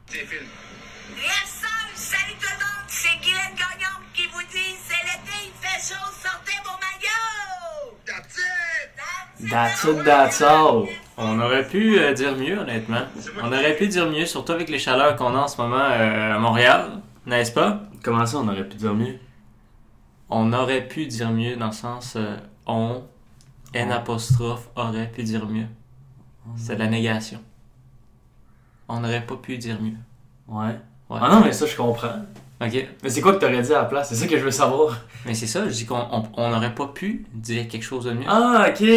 C'est film. Yes, sir! Salut tout le monde! C'est Guylaine Gagnon qui vous dit c'est l'été, il fait chaud, sortez vos maillots! That's it! That's all. On aurait pu dire mieux, honnêtement. On aurait pu dire mieux, surtout avec les chaleurs qu'on a en ce moment à Montréal, n'est-ce pas? Comment ça, on aurait pu dire mieux? On aurait pu dire mieux dans le sens N apostrophe aurait pu dire mieux. C'est de la négation. On n'aurait pas pu dire mieux. Ouais. Ouais. Ah non, mais ça, je comprends. Ok. Mais c'est quoi que t'aurais dit à la place? C'est ça que je veux savoir. Mais c'est ça, je dis qu'on n'aurait pas pu dire quelque chose de mieux. Ah, ok.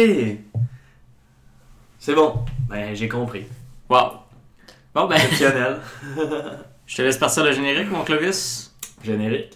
C'est bon. Ben, j'ai compris. Wow. Bon ben, Exceptionnel. je te laisse partir le générique, mon Clovis. Générique.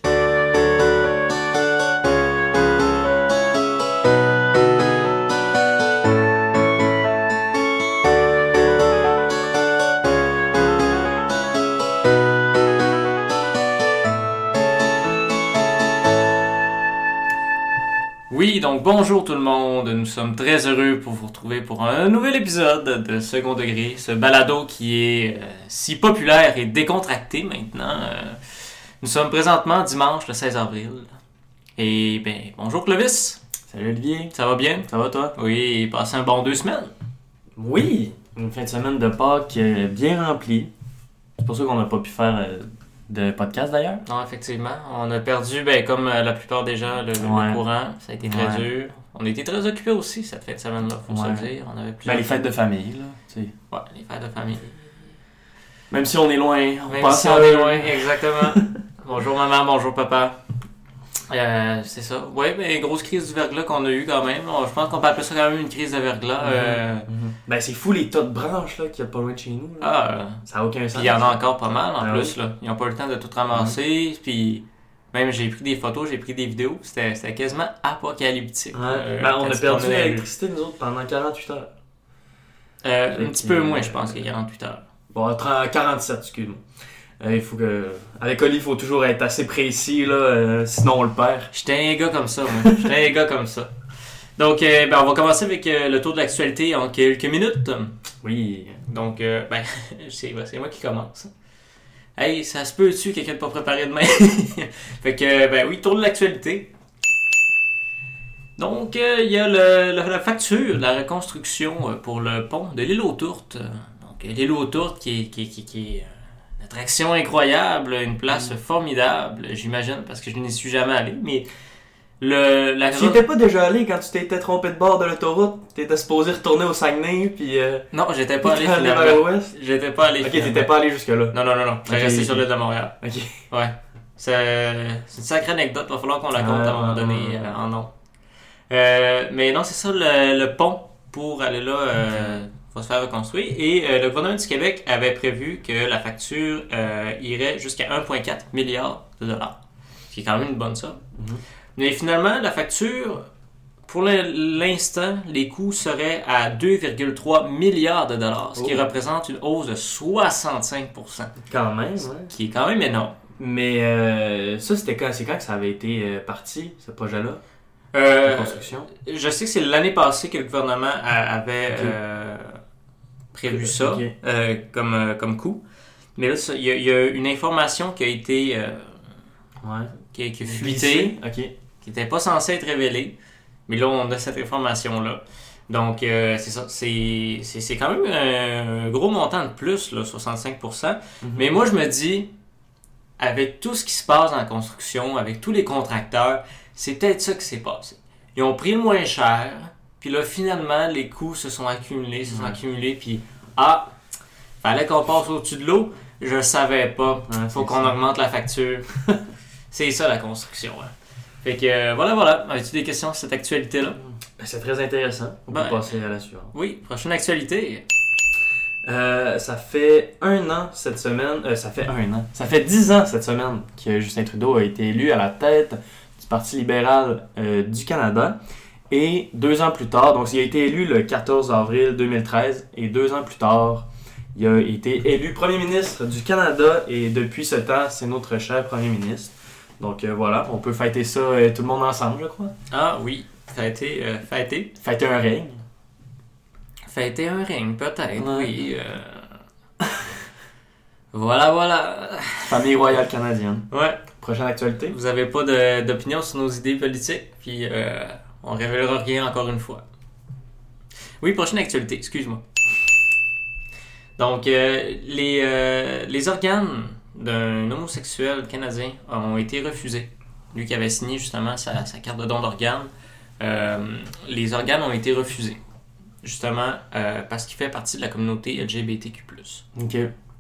Oui, donc bonjour tout le monde. Nous sommes très heureux pour vous retrouver pour un nouvel épisode de Second Degré, ce balado qui est si populaire et décontracté maintenant. Nous sommes présentement dimanche le 16 avril. Et ben, bonjour Clovis. Salut Olivier. Ça va bien? Ça va toi? Oui, passé un bon 2 semaines. Oui. Une fin de semaine de Pâques bien remplie. C'est pour ça qu'on n'a pas pu faire de podcast d'ailleurs. Non, effectivement. On a perdu, ben, comme la plupart des gens, le courant. Ça a été très dur. On a été très occupés aussi cette fin de semaine-là, faut se le dire. On avait les fêtes de famille, là. T'sais. Ouais, les fêtes de famille. Même si on est loin, Même si on est loin, exactement. Bonjour maman, bonjour papa. C'est ça. Ouais, mais grosse crise du verglas qu'on a eu quand même. Je pense qu'on peut appeler ça quand même une crise de verglas. Ben c'est fou les tas de branches là qu'il y a pas loin de chez nous. Là. Ça a aucun sens. Puis il y en a encore pas mal en plus. Oui. Là. Ils n'ont pas eu le temps de tout ramasser. Puis même j'ai pris des photos, j'ai pris des vidéos. C'était quasiment apocalyptique. On a perdu l'électricité nous autres pendant 48 heures. Un petit peu moins je pense que 48 heures. Bon, 47, excuse-moi. Il faut que. À l'école, il faut toujours être assez précis, là, sinon on le perd. J'étais un gars comme ça, moi. J'étais un gars comme ça. Donc, on va commencer avec le tour de l'actualité en quelques minutes. Oui. Donc, c'est moi qui commence. Hey, ça se peut-tu, quelqu'un de pas préparé demain? Fait que, oui, tour de l'actualité. Donc, il y a la facture de la reconstruction pour le pont de l'île aux Tourtes. Donc, l'île aux Tourtes qui est une attraction incroyable, une place formidable, j'imagine, parce que je n'y suis jamais allé, mais Tu étais pas déjà allé quand tu t'étais trompé de bord de l'autoroute? T'étais supposé retourner au Saguenay, puis... Non, j'étais pas allé finalement. vers l'ouest? J'étais pas allé Ok, finalement. t'étais pas allé jusque-là. Non. J'ai resté sur l'île de Montréal. Ok. Ouais. C'est une sacrée anecdote, va falloir qu'on la compte à un moment donné en nom. Mais non, c'est ça, le pont pour aller là va se faire reconstruire. Et le gouvernement du Québec avait prévu que la facture irait jusqu'à 1,4 milliard de dollars. Ce qui est quand même une bonne somme. Mm-hmm. Mais finalement, la facture, pour l'instant, les coûts seraient à 2,3 milliards de dollars, ce qui représente une hausse de 65%. Quand même, ouais. Qui est quand même énorme. Mais ça, c'est quand que ça avait été parti, ce projet-là? La construction? Je sais que c'est l'année passée que le gouvernement avait prévu ça comme coût. Mais là, il y a une information qui a été qui a fuité, qui n'était pas censée être révélée. Mais là, on a cette information-là. Donc, c'est ça. C'est quand même un gros montant de plus, là, 65%. Mm-hmm. Mais moi, je me dis, avec tout ce qui se passe en construction, avec tous les contracteurs, c'est peut-être ça qui s'est passé. Ils ont pris le moins cher, puis là, finalement, les coûts se sont accumulés, puis fallait qu'on passe au-dessus de l'eau. Je le savais pas. Faut qu'on augmente la facture. C'est ça, la construction. Hein. Fait que, voilà. As-tu des questions sur cette actualité-là? C'est très intéressant. On peut passer à la suivante. Oui, prochaine actualité. Ça fait 1 an cette semaine. Ça fait 10 ans cette semaine que Justin Trudeau a été élu à la tête du Parti libéral du Canada. Et 2 ans plus tard, donc il a été élu le 14 avril 2013, et 2 ans plus tard, il a été élu premier ministre du Canada, et depuis ce temps, c'est notre cher premier ministre. Donc voilà, on peut fêter ça tout le monde ensemble, je crois. Ah oui, fêter. Fêter un règne. Fêter un règne, peut-être, oui. Voilà. Famille royale canadienne. Ouais. Prochaine actualité. Vous avez pas d'opinion sur nos idées politiques, puis on révélera rien encore une fois. Oui, prochaine actualité, excuse-moi. Donc, les organes d'un homosexuel canadien ont été refusés. Lui qui avait signé justement sa carte de don d'organes, les organes ont été refusés. Justement, parce qu'il fait partie de la communauté LGBTQ+. OK.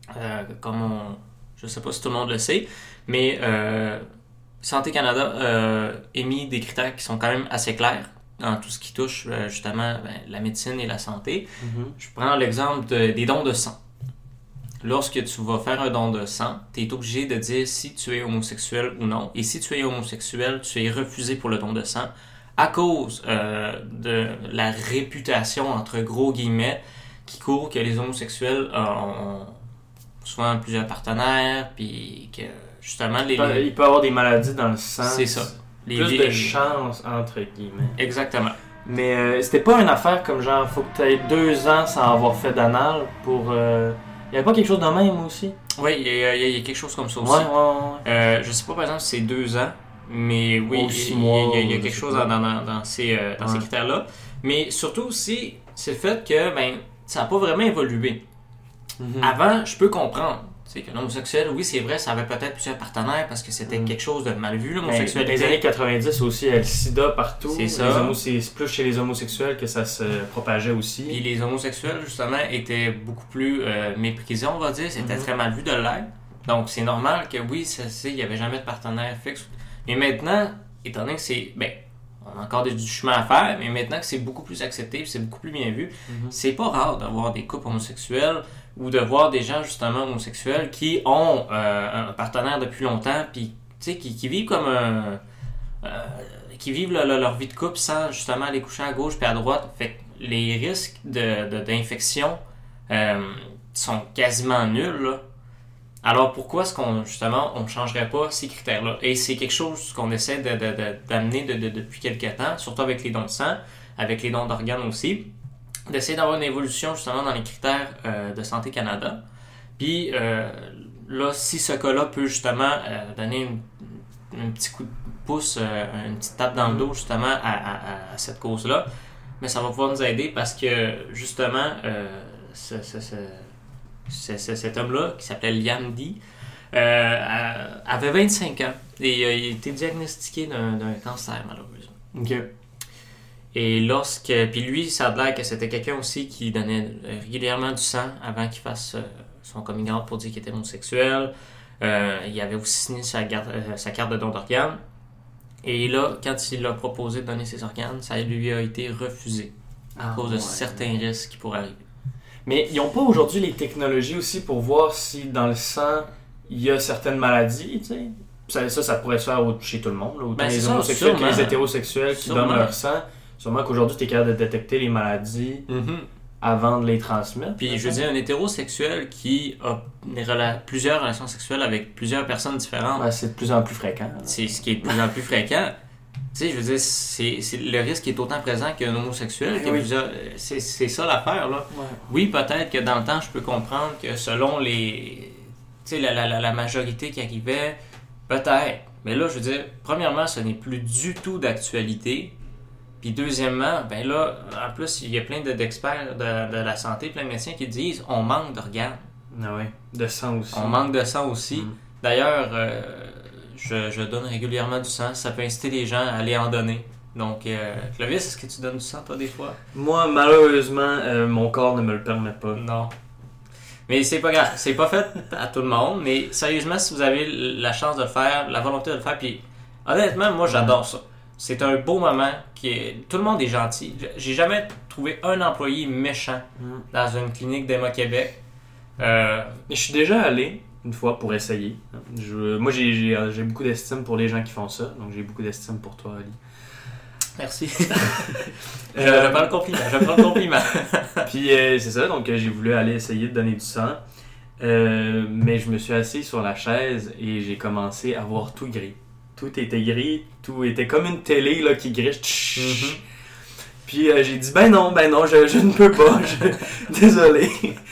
Je sais pas si tout le monde le sait, mais Santé Canada émis des critères qui sont quand même assez clairs dans tout ce qui touche justement la médecine et la santé. Mm-hmm. Je prends l'exemple des dons de sang. Lorsque tu vas faire un don de sang, tu es obligé de dire si tu es homosexuel ou non. Et si tu es homosexuel, tu es refusé pour le don de sang à cause de la réputation, entre gros guillemets, qui court que les homosexuels ont souvent plusieurs partenaires, puis que justement... Il peut y avoir des maladies dans le sang. C'est ça. Plus de chance, entre guillemets. Exactement. Mais c'était pas une affaire comme genre, faut que tu aies 2 ans sans avoir fait d'anal pour... Il y avait pas quelque chose de même aussi? Oui, il y a quelque chose comme ça aussi. Ouais. Je sais pas par exemple si c'est 2 ans, mais oui, il y a quelque chose dans ces critères-là. Mais surtout aussi, c'est le fait que ça n'a pas vraiment évolué. Mm-hmm. Avant, je peux comprendre. C'est que l'homosexuel, oui, c'est vrai, ça avait peut-être plusieurs partenaires parce que c'était quelque chose de mal vu, l'homosexualité. Dans les années 90 aussi, il y a le sida partout. C'est ça. C'est plus chez les homosexuels que ça se propageait aussi. Puis les homosexuels, justement, étaient beaucoup plus méprisés, on va dire. C'était très mal vu de l'être. Donc, c'est normal que, oui, il n'y avait jamais de partenaire fixe. Mais maintenant, étant donné que c'est... on a encore du chemin à faire, mais maintenant que c'est beaucoup plus accepté, c'est beaucoup plus bien vu, c'est pas rare d'avoir des couples homosexuels ou de voir des gens justement homosexuels qui ont un partenaire depuis longtemps, puis qui vivent comme qui vivent leur vie de couple sans justement aller coucher à gauche puis à droite. Fait que les risques d'infection sont quasiment nuls, là. Alors pourquoi est-ce qu'on ne changerait pas ces critères-là? Et c'est quelque chose qu'on essaie d'amener depuis quelques temps, surtout avec les dons de sang, avec les dons d'organes aussi, d'essayer d'avoir une évolution justement dans les critères de Santé Canada. Puis là, si ce cas-là peut justement donner un petit coup de pouce, une petite tape dans le dos justement à cette cause-là, mais ça va pouvoir nous aider parce que justement, cet homme-là, qui s'appelait Liam Dee, avait 25 ans et il a été diagnostiqué d'un cancer, malheureusement. OK. Et puis lui, ça a l'air que c'était quelqu'un aussi qui donnait régulièrement du sang avant qu'il fasse son coming out pour dire qu'il était homosexuel. Il avait aussi signé sa carte de don d'organes. Et là, quand il a proposé de donner ses organes, ça lui a été refusé à cause de certains risques qui pourraient arriver. Mais ils n'ont pas aujourd'hui les technologies aussi pour voir si dans le sang, il y a certaines maladies, tu sais. Ça pourrait se faire chez tout le monde, là, autant les homosexuels que les hétérosexuels qui donnent leur sang. Sûrement qu'aujourd'hui, tu es capable de détecter les maladies avant de les transmettre. Puis, je veux dire, un hétérosexuel qui a plusieurs relations sexuelles avec plusieurs personnes différentes. Ouais, c'est de plus en plus fréquent. C'est ce qui est de plus en plus fréquent. Tu sais, je veux dire, le risque est autant présent qu'un homosexuel. C'est ça l'affaire, là. Ouais. Oui, peut-être que dans le temps, je peux comprendre que selon tu sais, la majorité qui arrivait, peut-être. Mais là, je veux dire, premièrement, ce n'est plus du tout d'actualité. Puis deuxièmement, là, en plus, il y a plein d'experts de la santé, plein de médecins qui disent on manque d'organes. Ah oui, de sang aussi. On manque de sang aussi. D'ailleurs, je donne régulièrement du sang. Ça peut inciter les gens à aller en donner. Donc, Clovis, est-ce que tu donnes du sang, toi, des fois? Moi, malheureusement, mon corps ne me le permet pas. Non. Mais c'est pas grave. C'est pas fait à tout le monde. Mais sérieusement, si vous avez la chance de le faire, la volonté de le faire, puis honnêtement, moi, j'adore ça. C'est un beau moment. Tout le monde est gentil. J'ai jamais trouvé un employé méchant dans une clinique d'Emma Québec. Je suis déjà allé une fois pour essayer. Moi, j'ai beaucoup d'estime pour les gens qui font ça. Donc, j'ai beaucoup d'estime pour toi, Ali. Merci. Je prends le compliment. Puis, c'est ça. Donc, j'ai voulu aller essayer de donner du sang. Mais je me suis assis sur la chaise et j'ai commencé à voir tout gris. Tout était gris, tout était comme une télé là, qui griche. Puis j'ai dit, ben non, je ne peux pas. Désolé.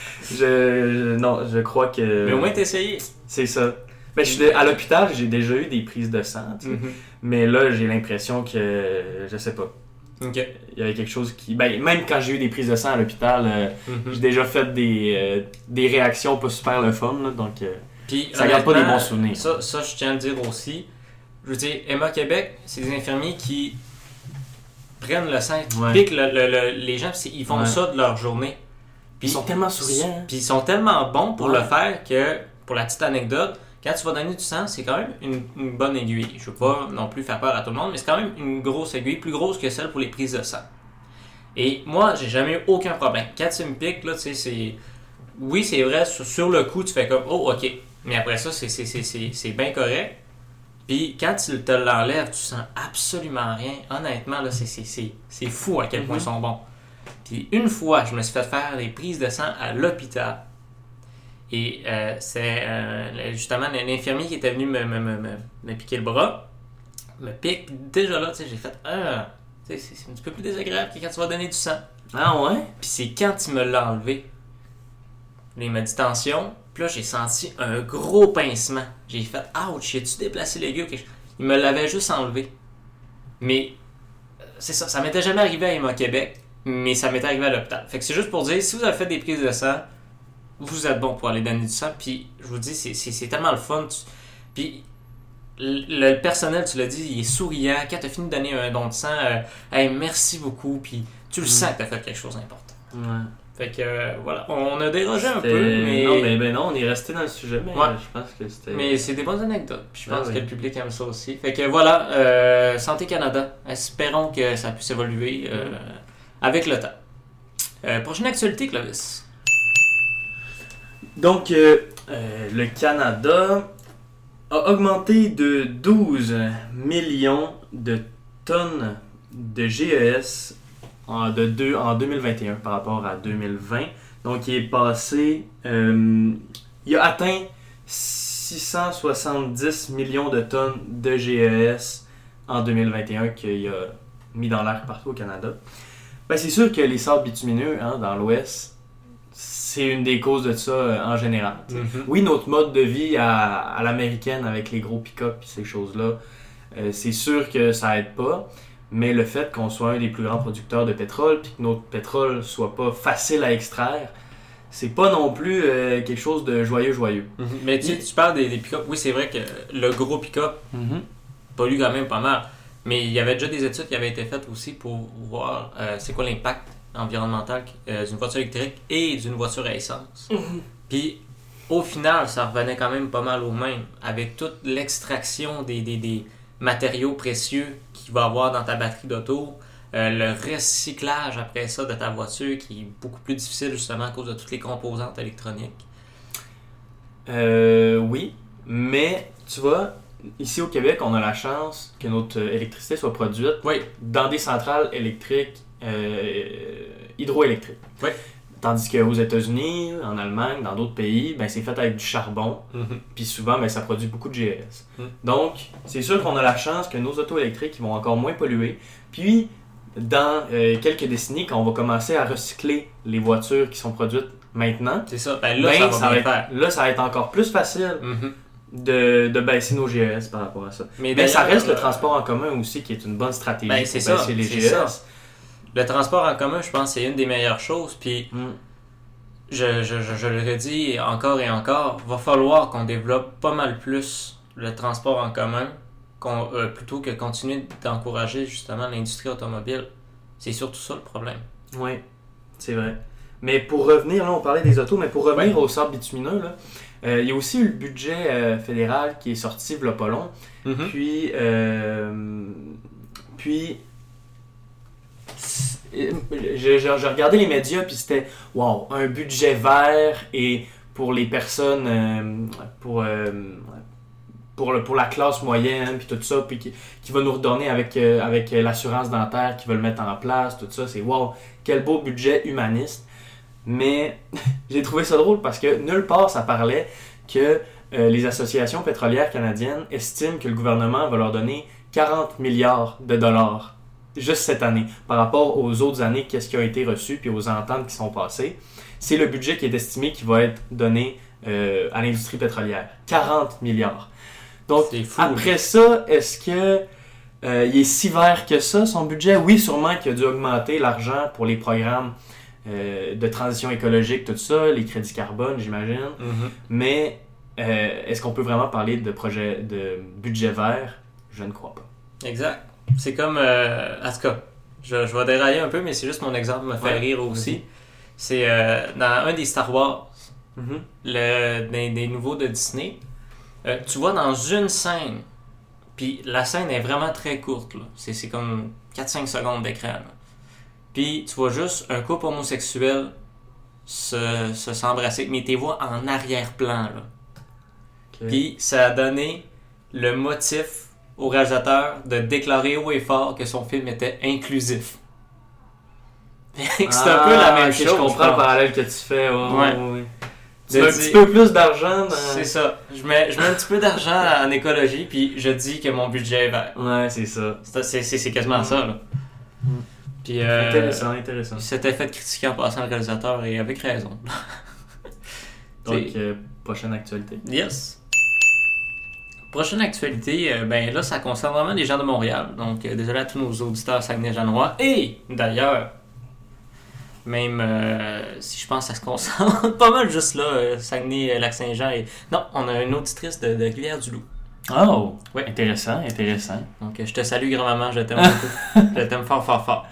Non, je crois que... Mais au moins, t'as essayé. C'est ça. Ben, à l'hôpital, j'ai déjà eu des prises de sang, tu sais. Mais là, j'ai l'impression que... Je sais pas. OK. Il y avait quelque chose qui... Ben, même quand j'ai eu des prises de sang à l'hôpital, j'ai déjà fait des réactions pas super le fun, là, donc puis, ça garde pas des bons souvenirs. Ça, je tiens à le dire aussi. Je veux dire, Emma Québec, c'est des infirmiers qui prennent le sang, qui piquent les gens, ils font ça de leur journée. Puis, ils sont tellement souriants. Puis ils sont tellement bons pour le faire que, pour la petite anecdote, quand tu vas donner du sang, c'est quand même une bonne aiguille. Je veux pas non plus faire peur à tout le monde, mais c'est quand même une grosse aiguille, plus grosse que celle pour les prises de sang. Et moi, j'ai jamais eu aucun problème. Quand tu me piques, là, tu sais, c'est... Oui, c'est vrai, sur le coup, tu fais comme « Oh, OK ». Mais après ça, c'est bien correct. Puis quand tu te l'enlèves, tu sens absolument rien. Honnêtement, là, c'est fou à quel point ils sont bons. Puis une fois, je me suis fait faire des prises de sang à l'hôpital. Et c'est justement l'infirmier qui était venu me piquer le bras, me pique. Puis déjà là, j'ai fait c'est un petit peu plus désagréable que quand tu vas donner du sang. Ah ouais? Puis c'est quand il me l'a enlevé. Là, il m'a dit tension. Puis là, j'ai senti un gros pincement. J'ai fait ouch, j'ai-tu déplacé l'aiguille ou quelque chose? Il me l'avait juste enlevé. Mais c'est ça, ça m'était jamais arrivé à Emma Québec, mais ça m'était arrivé à l'hôpital. Fait que c'est juste pour dire, si vous avez fait des prises de sang, vous êtes bon pour aller donner du sang. Puis je vous dis, c'est tellement le fun. Puis le personnel, tu l'as dit, il est souriant. Quand tu as fini de donner un don de sang, hey, merci beaucoup. Puis tu le sens que tu as fait quelque chose d'important. Ouais. Fait que voilà, on a dérogé un peu, mais... Non, on est resté dans le sujet, mais je pense que c'était... Mais c'est des bonnes anecdotes, puis je pense que le public aime ça aussi. Fait que voilà, Santé Canada, espérons que ça puisse évoluer avec le temps. Prochaine actualité, Clovis. Donc, le Canada a augmenté de 12 millions de tonnes de GES en 2021 par rapport à 2020. Donc, il est passé... il a atteint 670 millions de tonnes de GES en 2021 qu'il a mis dans l'air partout au Canada. Ben, c'est sûr que les sables bitumineux dans l'Ouest, c'est une des causes de ça en général. Oui, notre mode de vie à l'américaine avec les gros pick-up et ces choses-là, c'est sûr que ça aide pas. Mais le fait qu'on soit un des plus grands producteurs de pétrole puis que notre pétrole soit pas facile à extraire, c'est pas non plus quelque chose de joyeux. Mais tu parles des pick-up. Oui, c'est vrai que le gros pick-up pollue quand même pas mal. Mais il y avait déjà des études qui avaient été faites aussi pour voir c'est quoi l'impact environnemental d'une voiture électrique et d'une voiture à essence. Puis au final, ça revenait quand même pas mal au même. Avec toute l'extraction des matériaux précieux qu'il va avoir dans ta batterie d'auto, le recyclage après ça de ta voiture qui est beaucoup plus difficile justement à cause de toutes les composantes électroniques. Oui, mais tu vois, ici au Québec, on a la chance que notre électricité soit produite dans des centrales électriques hydroélectriques. Oui. Tandis qu'aux États-Unis, en Allemagne, dans d'autres pays, ben, c'est fait avec du charbon. Puis souvent, ben, ça produit beaucoup de GES. Donc, c'est sûr qu'on a la chance que nos autos électriques vont encore moins polluer. Puis, dans quelques décennies, quand on va commencer à recycler les voitures qui sont produites maintenant, c'est ça. Ben, là, ça va être encore plus facile de baisser nos GES par rapport à ça. Mais ça reste le transport en commun aussi qui est une bonne stratégie pour baisser les GES. Ça. Le transport en commun, je pense, c'est une des meilleures choses. Puis, je le redis encore et encore, va falloir qu'on développe pas mal plus le transport en commun plutôt que continuer d'encourager justement l'industrie automobile. C'est surtout ça le problème. Oui, c'est vrai. Mais pour revenir, là, on parlait des autos, mais pour revenir au sable bitumineux, là, il y a aussi eu le budget fédéral qui est sorti il y a pas long. Puis je regardais les médias puis c'était wow, un budget vert et pour les personnes pour la classe moyenne puis tout ça puis qui va nous redonner avec l'assurance dentaire qui va le mettre en place, tout ça, c'est wow, quel beau budget humaniste. Mais j'ai trouvé ça drôle parce que nulle part ça parlait que les associations pétrolières canadiennes estiment que le gouvernement va leur donner 40 milliards de dollars juste cette année, par rapport aux autres années, qu'est-ce qui a été reçu, puis aux ententes qui sont passées. C'est le budget qui est estimé qui va être donné à l'industrie pétrolière. 40 milliards. Donc, après ça, est-ce que il est si vert que ça, son budget? Oui, sûrement qu'il a dû augmenter l'argent pour les programmes de transition écologique, tout ça, les crédits carbone, j'imagine. Mm-hmm. Mais est-ce qu'on peut vraiment parler de projet de budget vert? Je ne crois pas. Exact. C'est comme... en tout cas, je vais dérailler un peu, mais c'est juste mon exemple me fait rire aussi. C'est dans un des Star Wars, des nouveaux de Disney, tu vois dans une scène, puis la scène est vraiment très courte, là. C'est comme 4-5 secondes d'écran. Là. Puis tu vois juste un couple homosexuel s'embrasser, mais tu les vois en arrière-plan. Là. Okay. Puis ça a donné le motif au réalisateur de déclarer haut et fort que son film était inclusif. C'est un peu la même chose. Je comprends le parallèle que tu fais. Ouais. Tu mets un petit peu plus d'argent dans... C'est ça. Je mets un petit peu d'argent en écologie, puis je dis que mon budget est vert. Ouais, c'est ça. C'est quasiment ça, là. Puis, intéressant. Il s'était fait critiquer en passant le réalisateur, et avec raison. Donc, prochaine actualité. Yes. Prochaine actualité, ben là, ça concerne vraiment les gens de Montréal. Donc, désolé à tous nos auditeurs saguenay-janois. Et, d'ailleurs... Même si je pense que ça se concentre pas mal juste là, Saguenay, Lac-Saint-Jean. Non, on a une auditrice de Rivière-du-Loup. Oh! Oui. Intéressant. Donc, je te salue grand-maman, je t'aime beaucoup. Je t'aime fort.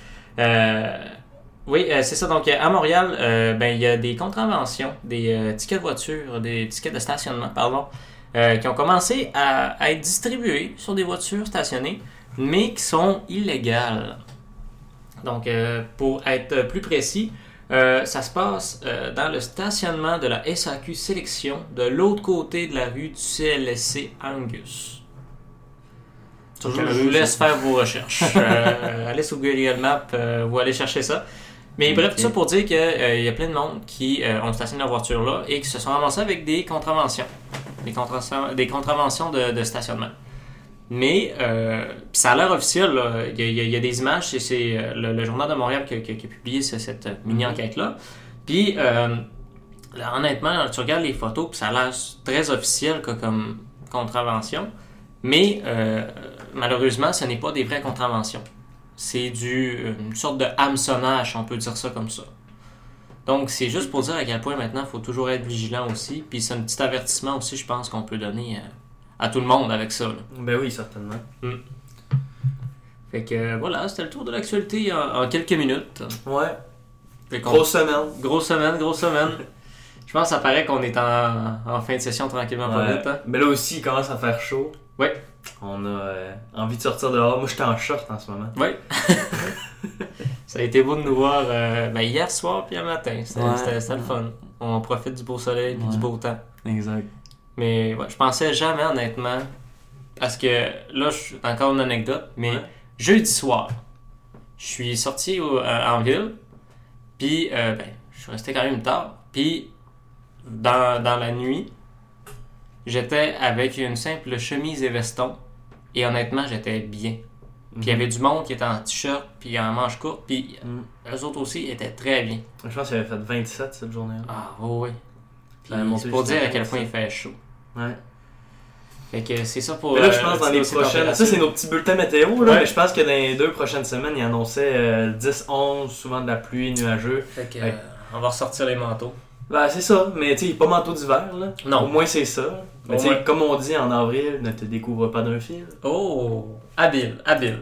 Oui, c'est ça. Donc, à Montréal, il y a des contraventions, des tickets de voiture, des tickets de stationnement, qui ont commencé à être distribués sur des voitures stationnées, mais qui sont illégales. Donc, pour être plus précis, ça se passe dans le stationnement de la SAQ Sélection, de l'autre côté de la rue du CLSC Angus. Je vous laisse faire vos recherches. Allez sur Google Maps, vous allez chercher ça. Mais bref, tout ça pour dire qu'il y a plein de monde qui ont stationné leur voiture là et qui se sont ramassés avec des contraventions. Des contraventions de stationnement. Mais ça a l'air officiel, là. Il y a des images, c'est le Journal de Montréal qui a publié cette mini-enquête-là. Puis, honnêtement, tu regardes les photos, puis ça a l'air très officiel comme contravention. Mais malheureusement, ce n'est pas des vraies contraventions. C'est une sorte de hameçonnage, on peut dire ça comme ça. Donc, c'est juste pour dire à quel point maintenant, il faut toujours être vigilant aussi. Puis, c'est un petit avertissement aussi, je pense, qu'on peut donner... à tout le monde avec ça. Là. Ben oui, certainement. Fait que voilà, c'était le tour de l'actualité en quelques minutes. Ouais. Grosse semaine. Je pense que ça paraît qu'on est en fin de session tranquillement pas vite. Hein? Mais là aussi, il commence à faire chaud. Ouais. On a envie de sortir dehors. Moi, j'étais en short en ce moment. Ouais. Ça a été beau de nous voir hier soir puis un matin. C'était le fun. On profite du beau soleil et du beau temps. Exact. Mais je pensais jamais, honnêtement, parce que là, c'est encore une anecdote, mais jeudi soir, je suis sorti en ville, puis je suis resté quand même tard, puis dans la nuit, j'étais avec une simple chemise et veston, et honnêtement, j'étais bien. Puis il y avait du monde qui était en t-shirt, puis en manche courte, puis eux autres aussi étaient très bien. Je pense qu'il avait fait 27 cette journée-là. Ah oui. C'est pour dire à quel point il fait chaud. Ouais. Fait que c'est ça pour... Mais là, je pense dans les prochaines... Ça, c'est nos petits bulletins météo, là. Mais je pense que dans les 2 prochaines semaines, il annonçait 10-11, souvent de la pluie, nuageux. Fait que on va ressortir les manteaux. Ben, c'est ça. Mais tu sais, pas manteau d'hiver, là. Non. Au moins, c'est ça. Mais tu sais, comme on dit en avril, ne te découvre pas d'un fil. Oh! Habile.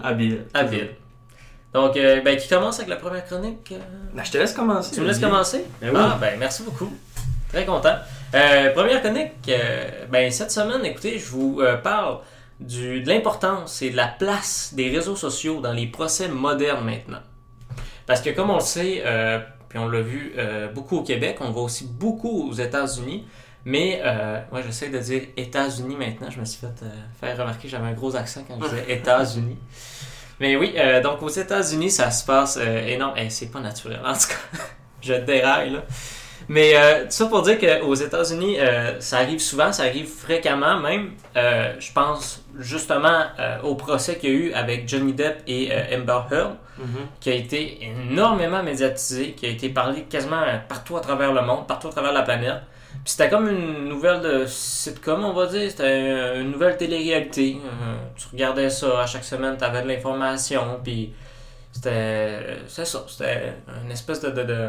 Donc, qui commence avec la première chronique? Ben, je te laisse commencer. Tu me laisses commencer? Ben oui. Merci beaucoup. Très content. Première chronique, cette semaine, écoutez, je vous parle de l'importance et de la place des réseaux sociaux dans les procès modernes maintenant. Parce que comme on le sait, puis on l'a vu beaucoup au Québec, on le voit aussi beaucoup aux États-Unis, mais moi j'essaie de dire États-Unis maintenant, je me suis fait faire remarquer que j'avais un gros accent quand je disais États-Unis. Mais oui, donc aux États-Unis, ça se passe énorme. C'est pas naturel, en tout cas. Je déraille, là. Mais tout ça pour dire qu'aux États-Unis, ça arrive souvent, ça arrive fréquemment même. Je pense justement au procès qu'il y a eu avec Johnny Depp et Amber Heard, qui a été énormément médiatisé, qui a été parlé quasiment partout à travers le monde, partout à travers la planète. Puis c'était comme une nouvelle de sitcom, on va dire. C'était une nouvelle télé-réalité. Tu regardais ça à chaque semaine, tu avais de l'information, puis c'était ça. C'était une espèce de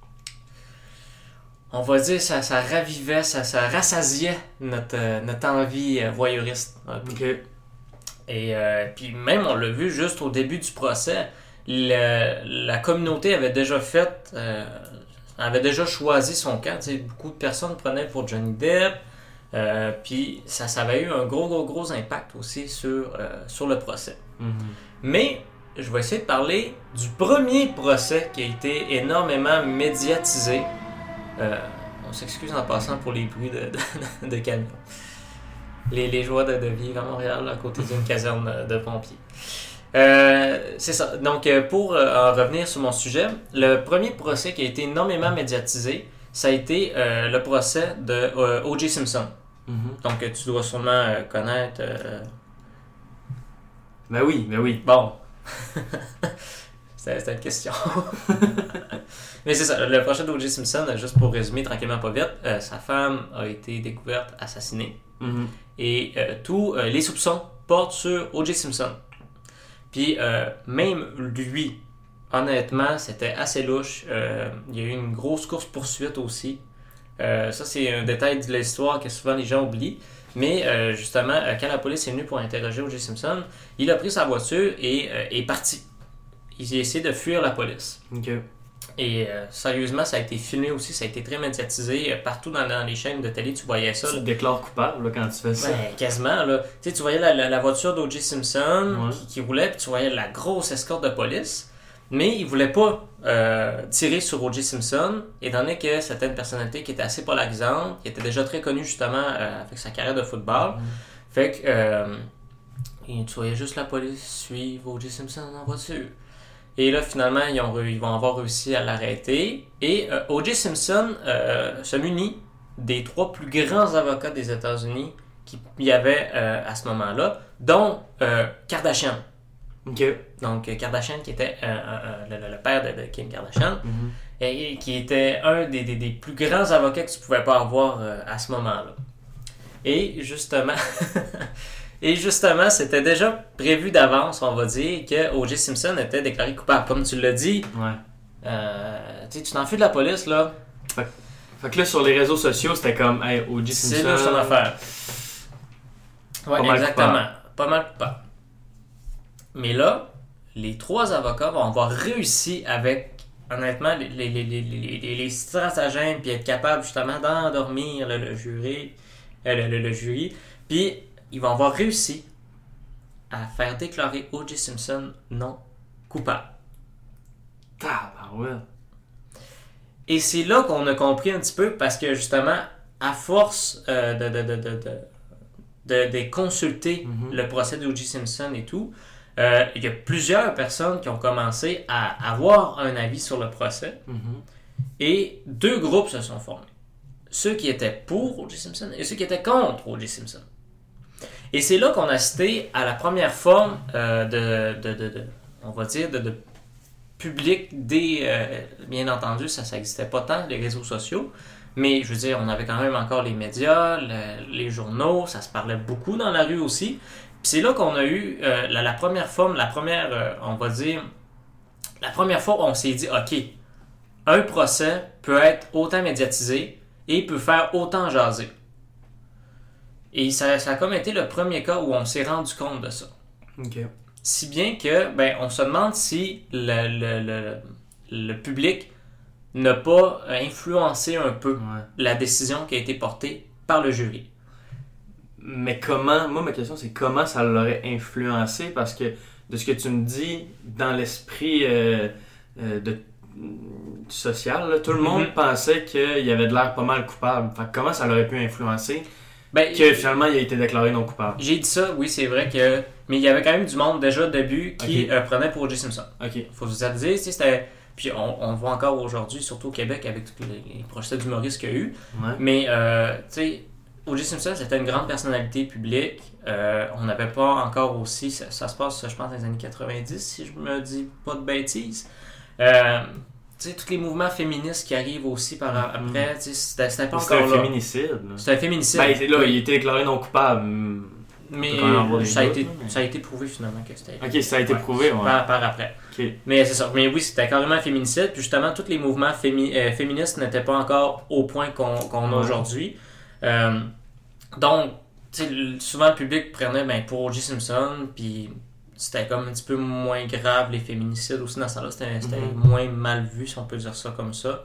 on va dire, ça ravivait, ça rassasiait notre envie voyeuriste. Okay. Et puis même, on l'a vu juste au début du procès, la communauté avait déjà avait déjà choisi son camp. T'sais, beaucoup de personnes prenaient pour Johnny Depp. Puis ça avait eu un gros impact aussi sur le procès. Mais je vais essayer de parler du premier procès qui a été énormément médiatisé. On s'excuse en passant pour les bruits de camions. Les joies de vivre à Montréal à côté d'une caserne de pompiers. C'est ça. Donc, pour en revenir sur mon sujet, le premier procès qui a été énormément médiatisé, ça a été le procès de O.J. Simpson. Donc, tu dois sûrement connaître... Ben oui. Bon. C'était une question. Mais c'est ça, le procès d'O.J. Simpson, juste pour résumer tranquillement pas vite, sa femme a été découverte assassinée. Et tous les soupçons portent sur O.J. Simpson. Puis même lui, honnêtement, c'était assez louche. Il y a eu une grosse course-poursuite aussi. Ça, c'est un détail de l'histoire que souvent les gens oublient. Mais justement, quand la police est venue pour interroger O.J. Simpson, il a pris sa voiture et est parti. Il a essayé de fuir la police. Okay. Et sérieusement, ça a été filmé aussi, ça a été très médiatisé. Partout dans les chaînes de télé, tu voyais ça. Tu te déclares coupable là, quand tu fais ça. Ben, quasiment. Là. Tu voyais la voiture d'O.J. Simpson qui roulait, puis tu voyais la grosse escorte de police. Mais il voulait pas tirer sur O.J. Simpson, étant donné que c'était une personnalité qui était assez polarisante, qui était déjà très connue justement avec sa carrière de football. Fait que tu voyais juste la police suivre O.J. Simpson en voiture. Et là, finalement, ils vont avoir réussi à l'arrêter. Et O.J. Simpson se munit des 3 plus grands avocats des États-Unis qu'il y avait à ce moment-là, dont Kardashian. Okay. Donc, Kardashian, qui était le père de Kim Kardashian, et qui était un des plus grands avocats que tu pouvais pas avoir à ce moment-là. Et justement... Et justement, c'était déjà prévu d'avance, on va dire, que O.J. Simpson était déclaré coupable. Comme tu l'as dit, tu t'en fous de la police, là. Fait que là, sur les réseaux sociaux, c'était comme, hey, O.J. Simpson... C'est là son affaire. Ouais, exactement. Pas mal coupable. Mais là, les 3 avocats vont avoir réussi avec, honnêtement, les stratagèmes, puis être capable justement d'endormir le jury. Puis... ils vont avoir réussi à faire déclarer O.J. Simpson non coupable. Ouais. Et c'est là qu'on a compris un petit peu, parce que justement, à force de consulter le procès d'O.J. Simpson et tout, il y a plusieurs personnes qui ont commencé à avoir un avis sur le procès. Et 2 groupes se sont formés. Ceux qui étaient pour O.J. Simpson et ceux qui étaient contre O.J. Simpson. Et c'est là qu'on a assisté à la première forme on va dire, de public bien entendu, ça n'existait pas tant, les réseaux sociaux, mais je veux dire, on avait quand même encore les médias, les journaux, ça se parlait beaucoup dans la rue aussi. Puis c'est là qu'on a eu la première forme, on va dire, la première fois où on s'est dit, OK, un procès peut être autant médiatisé et peut faire autant jaser. Et ça a comme été le premier cas où on s'est rendu compte de ça. Okay. Si bien que, on se demande si le public n'a pas influencé un peu la décision qui a été portée par le jury. Mais comment, moi ma question c'est comment ça l'aurait influencé, parce que de ce que tu me dis, dans l'esprit social, là, tout le monde pensait qu'il y avait de l'air pas mal coupable. Fait, comment ça l'aurait pu influencer que finalement il a été déclaré non coupable? J'ai dit ça, oui, c'est vrai que... Mais il y avait quand même du monde déjà au début qui prenait pour O.J. Simpson. Okay. Faut vous dire, c'était Puis on le voit encore aujourd'hui, surtout au Québec, avec tous les procès d'humoristes qu'il y a eu. Ouais. Mais, tu sais, O.J. Simpson, c'était une grande personnalité publique. On n'avait pas encore aussi... Ça se passe, je pense, dans les années 90, si je me dis pas de bêtises. Tu sais, tous les mouvements féministes qui arrivent aussi par après, tu sais, c'était pas encore là. C'était un féminicide. Là. C'était un féminicide. Ben, là, il était déclaré non coupable. Mais ça a été prouvé finalement que c'était... Ok, ça a été prouvé, ouais. Par après. Okay. Mais c'est ça. Mais oui, c'était carrément un féminicide. Puis justement, tous les mouvements féministes n'étaient pas encore au point qu'on a aujourd'hui. Donc, souvent le public prenait pour O.J. Simpson, puis c'était comme un petit peu moins grave les féminicides aussi dans ce temps-là. C'était moins mal vu, si on peut dire ça comme ça.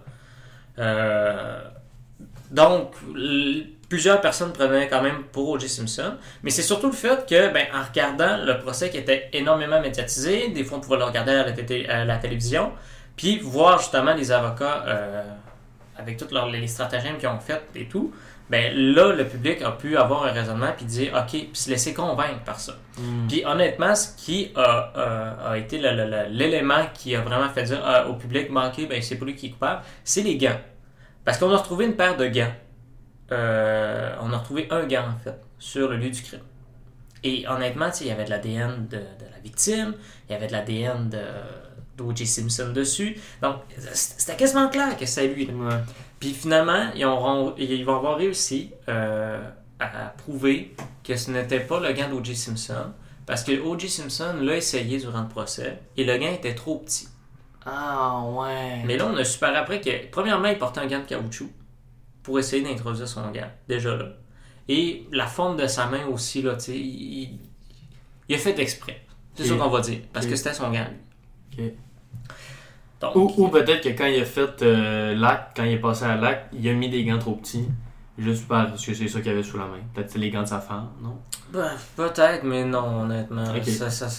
Donc, plusieurs personnes prenaient quand même pour O.J. Simpson, mais c'est surtout le fait que, en regardant le procès qui était énormément médiatisé, des fois on pouvait le regarder à la télévision, puis voir justement les avocats avec tous les stratagèmes qu'ils ont fait et tout, là, le public a pu avoir un raisonnement puis dire OK, puis se laisser convaincre par ça. Puis honnêtement, ce qui a été l'élément qui a vraiment fait dire au public, OK, c'est pas lui qui est coupable, c'est les gants. Parce qu'on a retrouvé une paire de gants. On a retrouvé un gant, en fait, sur le lieu du crime. Et honnêtement, il y avait de l'ADN de la victime, il y avait de l'ADN d'O.J. Simpson dessus. Donc, c'était quasiment clair que c'est lui. Ouais. Puis finalement, ils vont avoir réussi à prouver que ce n'était pas le gant d'O.J. Simpson, parce que O.J. Simpson l'a essayé durant le procès, et le gant était trop petit. Ah, ouais. Mais là, on a su par après que, premièrement, il portait un gant de caoutchouc pour essayer d'introduire son gant, déjà là. Et la forme de sa main aussi, là, tu sais, il a fait exprès. C'est ça qu'on va dire, parce que c'était son gant, lui. OK. Donc, Ou peut-être que quand il a fait l'acte, quand il est passé à l'acte, il a mis des gants trop petits, juste parce que c'est ça qu'il avait sous la main. Peut-être que c'est les gants de sa femme, non? Peut-être, mais non, honnêtement. Okay.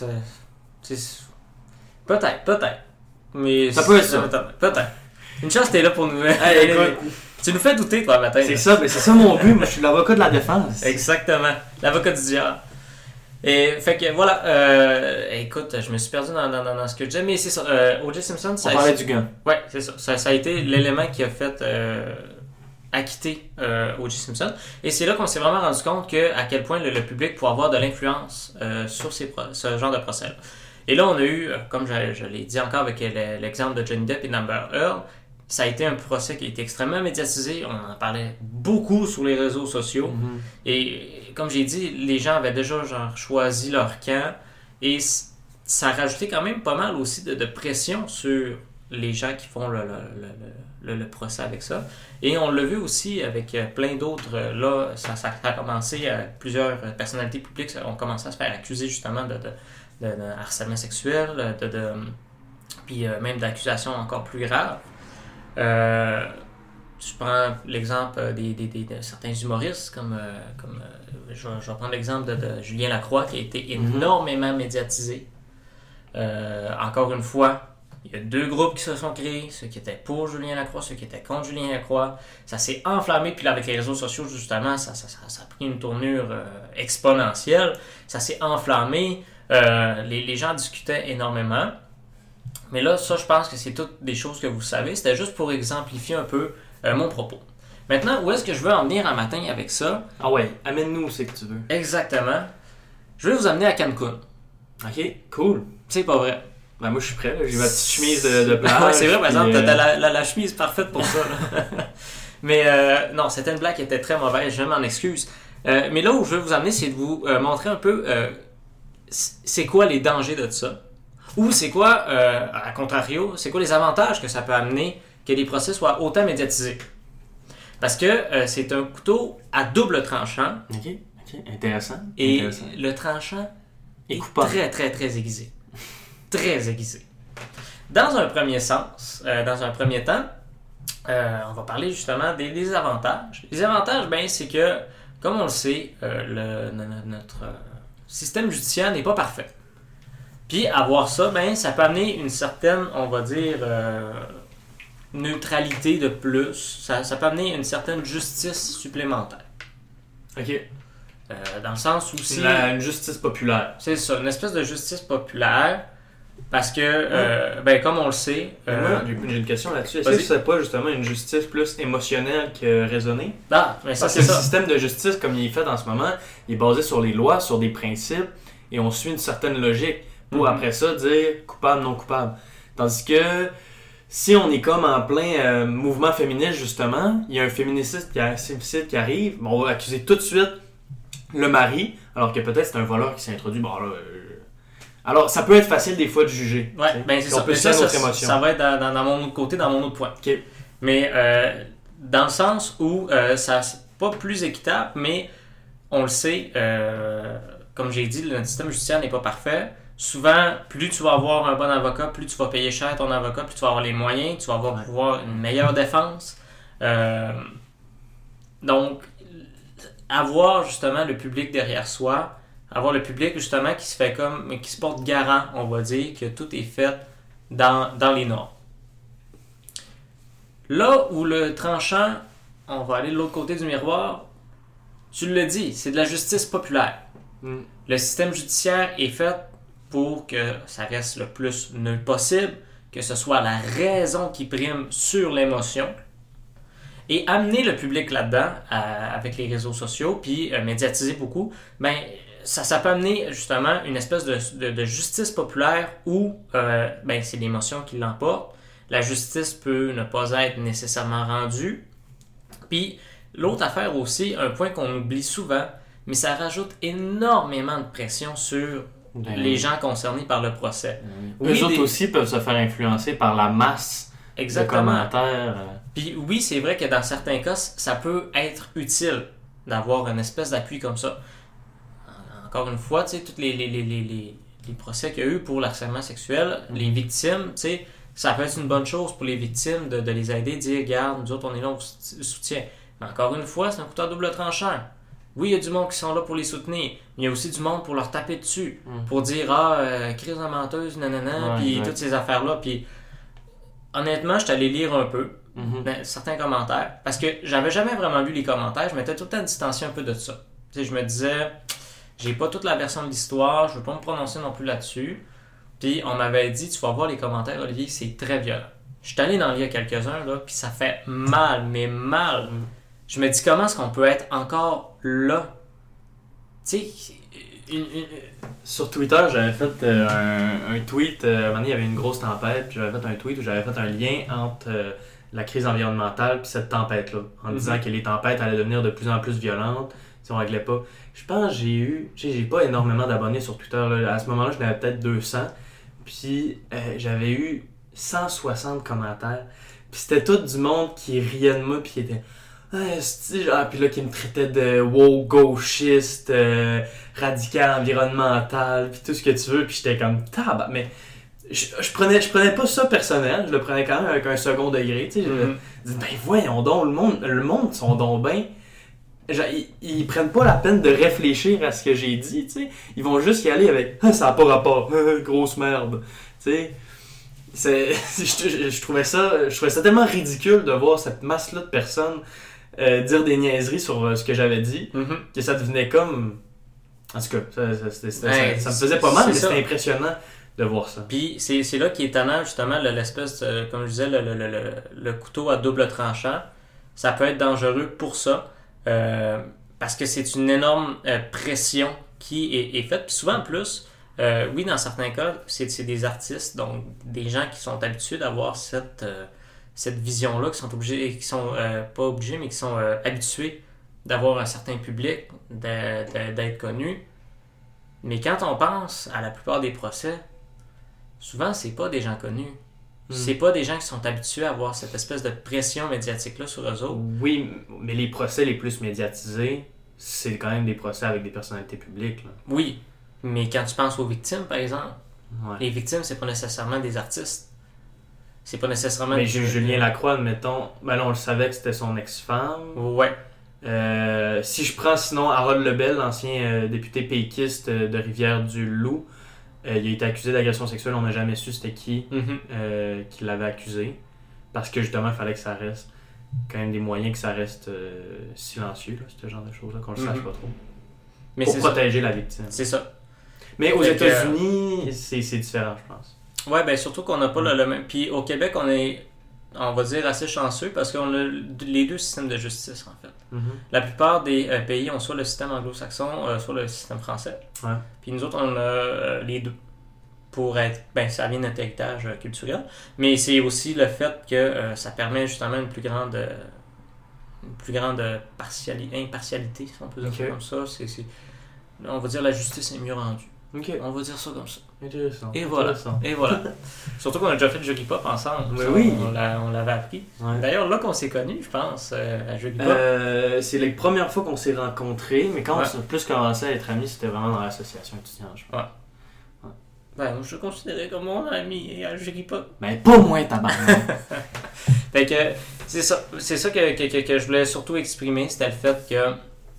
Peut-être. Mais ça peut être ça. Peut-être. Une chance, t'es là pour nous. Hey, écoute, tu nous fais douter, toi, matin. C'est ça mon but. Moi, je suis l'avocat de la défense. Exactement. L'avocat du diable. Et fait que voilà. Écoute, je me suis perdu dans ce que je disais, mais c'est ça. O.J. Simpson, on parlait du gant. Ouais, c'est ça. Ça a été l'élément qui a fait acquitter O.J. Simpson. Et c'est là qu'on s'est vraiment rendu compte à quel point le public pouvait avoir de l'influence sur ce genre de procès-là. Et là, on a eu, comme je l'ai dit encore avec l'exemple de Johnny Depp et Amber Heard, ça a été un procès qui a été extrêmement médiatisé. On en parlait beaucoup sur les réseaux sociaux. Et comme j'ai dit, les gens avaient déjà choisi leur camp. Et ça a rajouté quand même pas mal aussi de pression sur les gens qui font le procès avec ça. Et on l'a vu aussi avec plein d'autres. Là, ça a commencé, plusieurs personnalités publiques ont commencé à se faire accuser justement de harcèlement sexuel, puis même d'accusations encore plus graves. Je prends l'exemple de certains humoristes, comme je vais prendre l'exemple de Julien Lacroix, qui a été énormément médiatisé. Encore une fois, il y a deux groupes qui se sont créés, ceux qui étaient pour Julien Lacroix, ceux qui étaient contre Julien Lacroix. Ça s'est enflammé, puis là, avec les réseaux sociaux, justement, ça a pris une tournure exponentielle. Ça s'est enflammé. Les gens discutaient énormément. Mais là, ça, je pense que c'est toutes des choses que vous savez. C'était juste pour exemplifier un peu mon propos. Maintenant, où est-ce que je veux en venir un matin avec ça? Ah ouais, amène-nous où c'est que tu veux. Exactement. Je vais vous amener à Cancun. Ok, cool. C'est pas vrai. Ben moi, je suis prêt. Là. J'ai ma petite chemise de plage. Ouais, c'est vrai, par exemple, t'as la chemise parfaite pour ça. Mais non, c'était une blague qui était très mauvaise. Je m'en excuse. Mais là où je veux vous amener, c'est de vous montrer un peu c'est quoi les dangers de ça. Ou c'est quoi, à contrario, c'est quoi les avantages que ça peut amener que les procès soient autant médiatisés. Parce que c'est un couteau à double tranchant. Ok, intéressant. Et le tranchant est très, très, très aiguisé. Très aiguisé. Dans un premier sens, dans un premier temps, on va parler justement des avantages. Les avantages, c'est que, comme on le sait, notre système judiciaire n'est pas parfait. Puis avoir ça, ça peut amener une certaine, on va dire, neutralité de plus. Ça peut amener une certaine justice supplémentaire. Ok. Dans le sens où si... Une justice populaire. C'est ça, une espèce de justice populaire Parce que, comme on le sait... Moi, j'ai une question là-dessus. Est-ce vas-y. que c'est pas justement une justice plus émotionnelle que raisonnée? Ah, mais ça, Parce c'est que le ça. système de justice, comme il est fait en ce moment, il est basé sur les lois, sur des principes, et on suit une certaine logique pour après ça dire coupable, non coupable. Tandis que si on est comme en plein mouvement féministe, justement, il y a un féminicide qui arrive, bon, on va accuser tout de suite le mari, alors que peut-être c'est un voleur qui s'est introduit. Bon, là, alors, ça peut être facile des fois de juger. Ouais, ben c'est ça. On peut Mais ça, notre émotion. ça va être dans mon autre côté, dans mon autre point. Ok. Mais dans le sens où ça c'est pas plus équitable, mais on le sait, comme j'ai dit, le système judiciaire n'est pas parfait. Souvent, plus tu vas avoir un bon avocat, plus tu vas payer cher ton avocat, plus tu vas avoir les moyens, tu vas avoir pouvoir une meilleure défense. Donc, avoir justement le public derrière soi, avoir le public justement qui se fait qui se porte garant, on va dire, que tout est fait dans les normes. Là où le tranchant, on va aller de l'autre côté du miroir, tu le dis, c'est de la justice populaire. Le système judiciaire est fait pour que ça reste le plus nul possible, que ce soit la raison qui prime sur l'émotion, et amener le public là-dedans, avec les réseaux sociaux, puis médiatiser beaucoup, ben ça peut amener justement une espèce de justice populaire où c'est l'émotion qui l'emporte. La justice peut ne pas être nécessairement rendue. Puis l'autre affaire aussi, un point qu'on oublie souvent, mais ça rajoute énormément de pression sur les gens concernés par le procès. Eux autres aussi peuvent se faire influencer par la masse de commentaires. Puis oui, c'est vrai que dans certains cas, ça peut être utile d'avoir une espèce d'appui comme ça. Encore une fois, tu sais, tous les procès qu'il y a eu pour l'harcèlement sexuel, les victimes, tu sais, ça peut être une bonne chose pour les victimes de les aider, de dire, regarde, nous autres, on est là, on vous soutient. Mais encore une fois, c'est un couteau à double tranchant. Oui, il y a du monde qui sont là pour les soutenir, mais il y a aussi du monde pour leur taper dessus, pour dire, crise de menteuse, nanana, puis toutes ces affaires-là. Puis honnêtement, je suis allé lire un peu certains commentaires, parce que j'avais jamais vraiment lu les commentaires, je m'étais tout le temps distancié un peu de ça. Tu sais, je me disais, j'ai pas toute la version de l'histoire, je veux pas me prononcer non plus là-dessus. Puis on m'avait dit, tu vas voir les commentaires, Olivier, c'est très violent. Je suis allé en lire quelques-uns, là, puis ça fait mal, mais mal. Je me dis, comment est-ce qu'on peut être encore là? Tu sais, Sur Twitter, j'avais fait un tweet, un moment donné, il y avait une grosse tempête, puis j'avais fait un tweet où j'avais fait un lien entre la crise environnementale puis cette tempête-là, en disant que les tempêtes allaient devenir de plus en plus violentes si on réglait pas. Je pense que j'ai pas énormément d'abonnés sur Twitter, là. À ce moment-là, j'en avais peut-être 200, puis j'avais eu 160 commentaires, puis c'était tout du monde qui riait de moi, puis qui était... puis là, qui me traitait de woke gauchiste, radical environnemental, puis tout ce que tu veux, puis j'étais comme mais je prenais pas ça personnel, je le prenais quand même avec un second degré, tu sais. Je me dis, ben voyons donc, le monde sont donc bien. Genre, ils prennent pas la peine de réfléchir à ce que j'ai dit, tu sais. Ils vont juste y aller avec ça n'a pas rapport, grosse merde, tu sais. Je trouvais ça tellement ridicule de voir cette masse-là de personnes dire des niaiseries sur ce que j'avais dit, que ça devenait comme... En tout cas, ça me faisait pas mal, mais c'était impressionnant de voir ça. Puis c'est là qui est étonnant, justement, l'espèce, comme je disais, le couteau à double tranchant. Ça peut être dangereux pour ça, parce que c'est une énorme pression qui est faite. Puis souvent, en plus, oui, dans certains cas, c'est des artistes, donc des gens qui sont habitués d'avoir cette vision-là, qui sont obligés, qui sont pas obligés, mais qui sont habitués d'avoir un certain public, d'être connus. Mais quand on pense à la plupart des procès, souvent, c'est pas des gens connus. C'est pas des gens qui sont habitués à avoir cette espèce de pression médiatique-là sur eux autres. Oui, mais les procès les plus médiatisés, c'est quand même des procès avec des personnalités publiques, là. Oui, mais quand tu penses aux victimes, par exemple, les victimes, c'est pas nécessairement des artistes. C'est pas nécessairement... Mais Julien Lacroix, admettons, ben là, on le savait que c'était son ex-femme. Ouais. Si je prends sinon Harold Lebel, l'ancien député péquiste de Rivière-du-Loup, il a été accusé d'agression sexuelle, on n'a jamais su c'était qui l'avait accusé. Parce que justement, il fallait que ça reste quand même des moyens que ça reste silencieux, là, ce genre de choses-là, qu'on le sache pas trop. Mais pour protéger la victime. C'est ça. Mais aux États-Unis, c'est différent, je pense. Ouais, ben surtout qu'on n'a pas le même. Puis au Québec, on va dire, assez chanceux parce qu'on a les deux systèmes de justice, en fait. La plupart des pays ont soit le système anglo-saxon, soit le système français. Ouais. Puis nous autres, on a les deux. Pour être. Ben, ça vient de notre héritage culturel. Mais c'est aussi le fait que ça permet justement une plus grande impartialité, si on peut dire ça comme ça. On va dire la justice est mieux rendue. On va dire ça comme ça. Intéressant. Et voilà. Surtout qu'on a déjà fait le Jockey Pop ensemble. Oui. On l'avait appris. Ouais. D'ailleurs, là qu'on s'est connus, je pense, à Jockey Pop. C'est les premières fois qu'on s'est rencontrés, mais quand on a plus commencé à être amis, c'était vraiment dans l'association étudiante, je pense. Ben, moi, je le considérais comme mon ami à Jockey Pop. Mais pas moins, tabarnak. Fait que c'est ça que je voulais surtout exprimer, c'était le fait que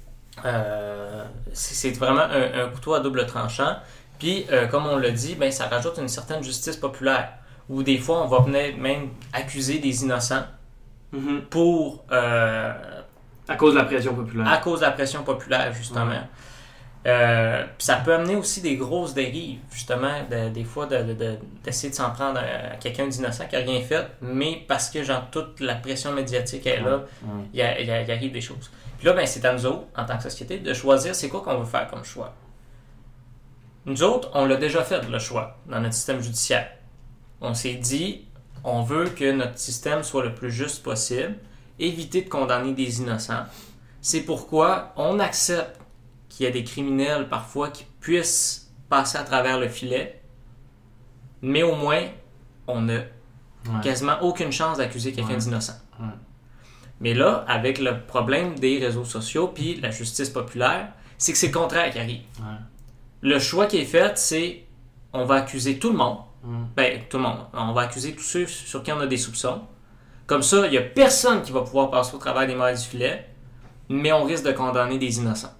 c'est vraiment un couteau à double tranchant. Puis, comme on l'a dit, ben, ça rajoute une certaine justice populaire. Où des fois, on va venir même accuser des innocents pour... à cause de la pression populaire. À cause de la pression populaire, justement. Ça peut amener aussi des grosses dérives, justement, des fois d'essayer de s'en prendre à quelqu'un d'innocent qui n'a rien fait, mais parce que genre toute la pression médiatique est là, il arrive des choses. Puis là, ben, c'est à nous autres, en tant que société, de choisir c'est quoi qu'on veut faire comme choix. Nous autres, on l'a déjà fait, le choix, dans notre système judiciaire. On s'est dit, on veut que notre système soit le plus juste possible, éviter de condamner des innocents. C'est pourquoi on accepte qu'il y a des criminels parfois qui puissent passer à travers le filet, mais au moins, on n'a quasiment aucune chance d'accuser quelqu'un d'innocent. Mais là, avec le problème des réseaux sociaux puis la justice populaire, c'est que c'est le contraire qui arrive. Le choix qui est fait, c'est on va accuser tout le monde. Ben, tout le monde. On va accuser tous ceux sur qui on a des soupçons. Comme ça, il n'y a personne qui va pouvoir passer au travers des mailles du filet, mais on risque de condamner des innocents.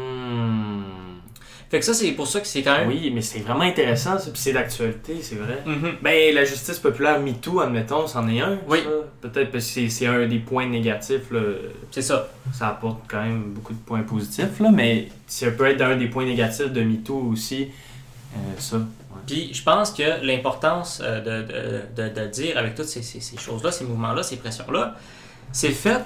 Fait que ça, c'est pour ça que c'est quand même... Oui, mais c'est vraiment intéressant, ça, puis c'est d'actualité, c'est vrai. Ben, la justice populaire MeToo, admettons, c'en est un. Oui. Ça. Peut-être parce que c'est un des points négatifs, là. C'est ça. Ça apporte quand même beaucoup de points positifs, là, mais ça peut être un des points négatifs de MeToo aussi, ça. Puis je pense que l'importance de dire avec toutes ces choses-là, ces mouvements-là, ces pressions-là, c'est le fait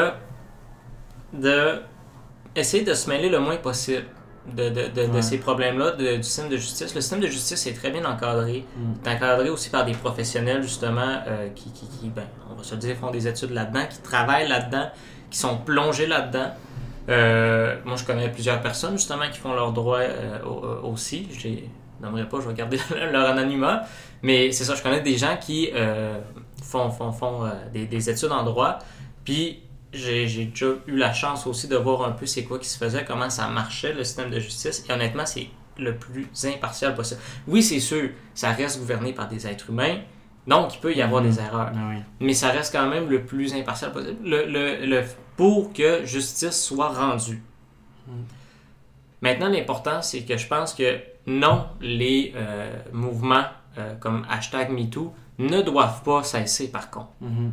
de essayer de se mêler le moins possible de ces problèmes-là du système de justice. Le système de justice est très bien encadré. Il est encadré aussi par des professionnels, justement, qui ben, on va se le dire, font des études là-dedans, qui travaillent là-dedans, qui sont plongés là-dedans. Moi, je connais plusieurs personnes, justement, qui font leurs droits aussi. Je les nommerai pas, je vais garder leur anonymat. Mais c'est ça, je connais des gens qui font des études en droit. Puis, j'ai déjà eu la chance aussi de voir un peu c'est quoi qui se faisait, comment ça marchait le système de justice. Et honnêtement, c'est le plus impartial possible. Oui, c'est sûr, ça reste gouverné par des êtres humains. Donc, il peut y avoir des erreurs. Mais ça reste quand même le plus impartial possible. Pour que justice soit rendue. Maintenant, l'important, c'est que je pense que non, les mouvements comme #MeToo ne doivent pas cesser, par contre.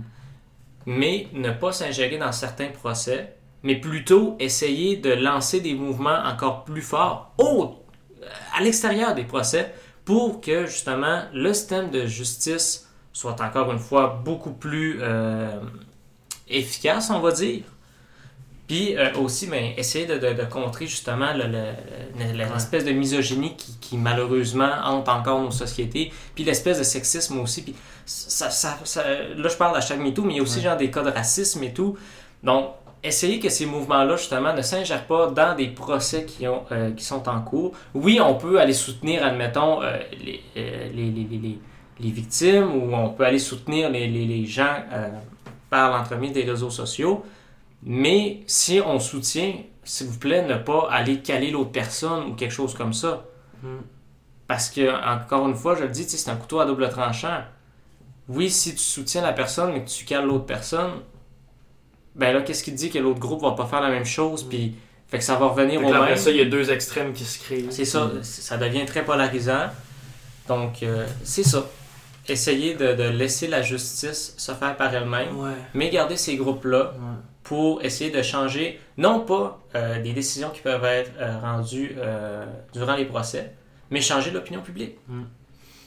Mais ne pas s'ingérer dans certains procès, mais plutôt essayer de lancer des mouvements encore plus forts à l'extérieur des procès pour que, justement, le système de justice soit encore une fois beaucoup plus efficace, on va dire. Puis aussi, ben, essayer de contrer justement l'espèce de misogynie qui malheureusement hante encore nos sociétés, puis l'espèce de sexisme aussi. Puis là, je parle #MeToo, mais il y a aussi genre des cas de racisme et tout. Donc, essayer que ces mouvements-là, justement, ne s'ingèrent pas dans des procès qui sont en cours. Oui, on peut aller soutenir, admettons, les victimes, ou on peut aller soutenir les gens par l'entremise des réseaux sociaux. Mais si on soutient, s'il vous plaît, ne pas aller caler l'autre personne ou quelque chose comme ça. Parce que, encore une fois, je le dis, c'est un couteau à double tranchant. Oui, si tu soutiens la personne mais que tu cales l'autre personne, ben là, qu'est-ce qui te dit que l'autre groupe va pas faire la même chose, puis fait que ça va revenir au même. Après ça, il y a deux extrêmes qui se créent. C'est ça, ça devient très polarisant. Donc, c'est ça. Essayer de laisser la justice se faire par elle-même, mais garder ces groupes-là pour essayer de changer, non pas des décisions qui peuvent être rendues durant les procès, mais changer l'opinion publique.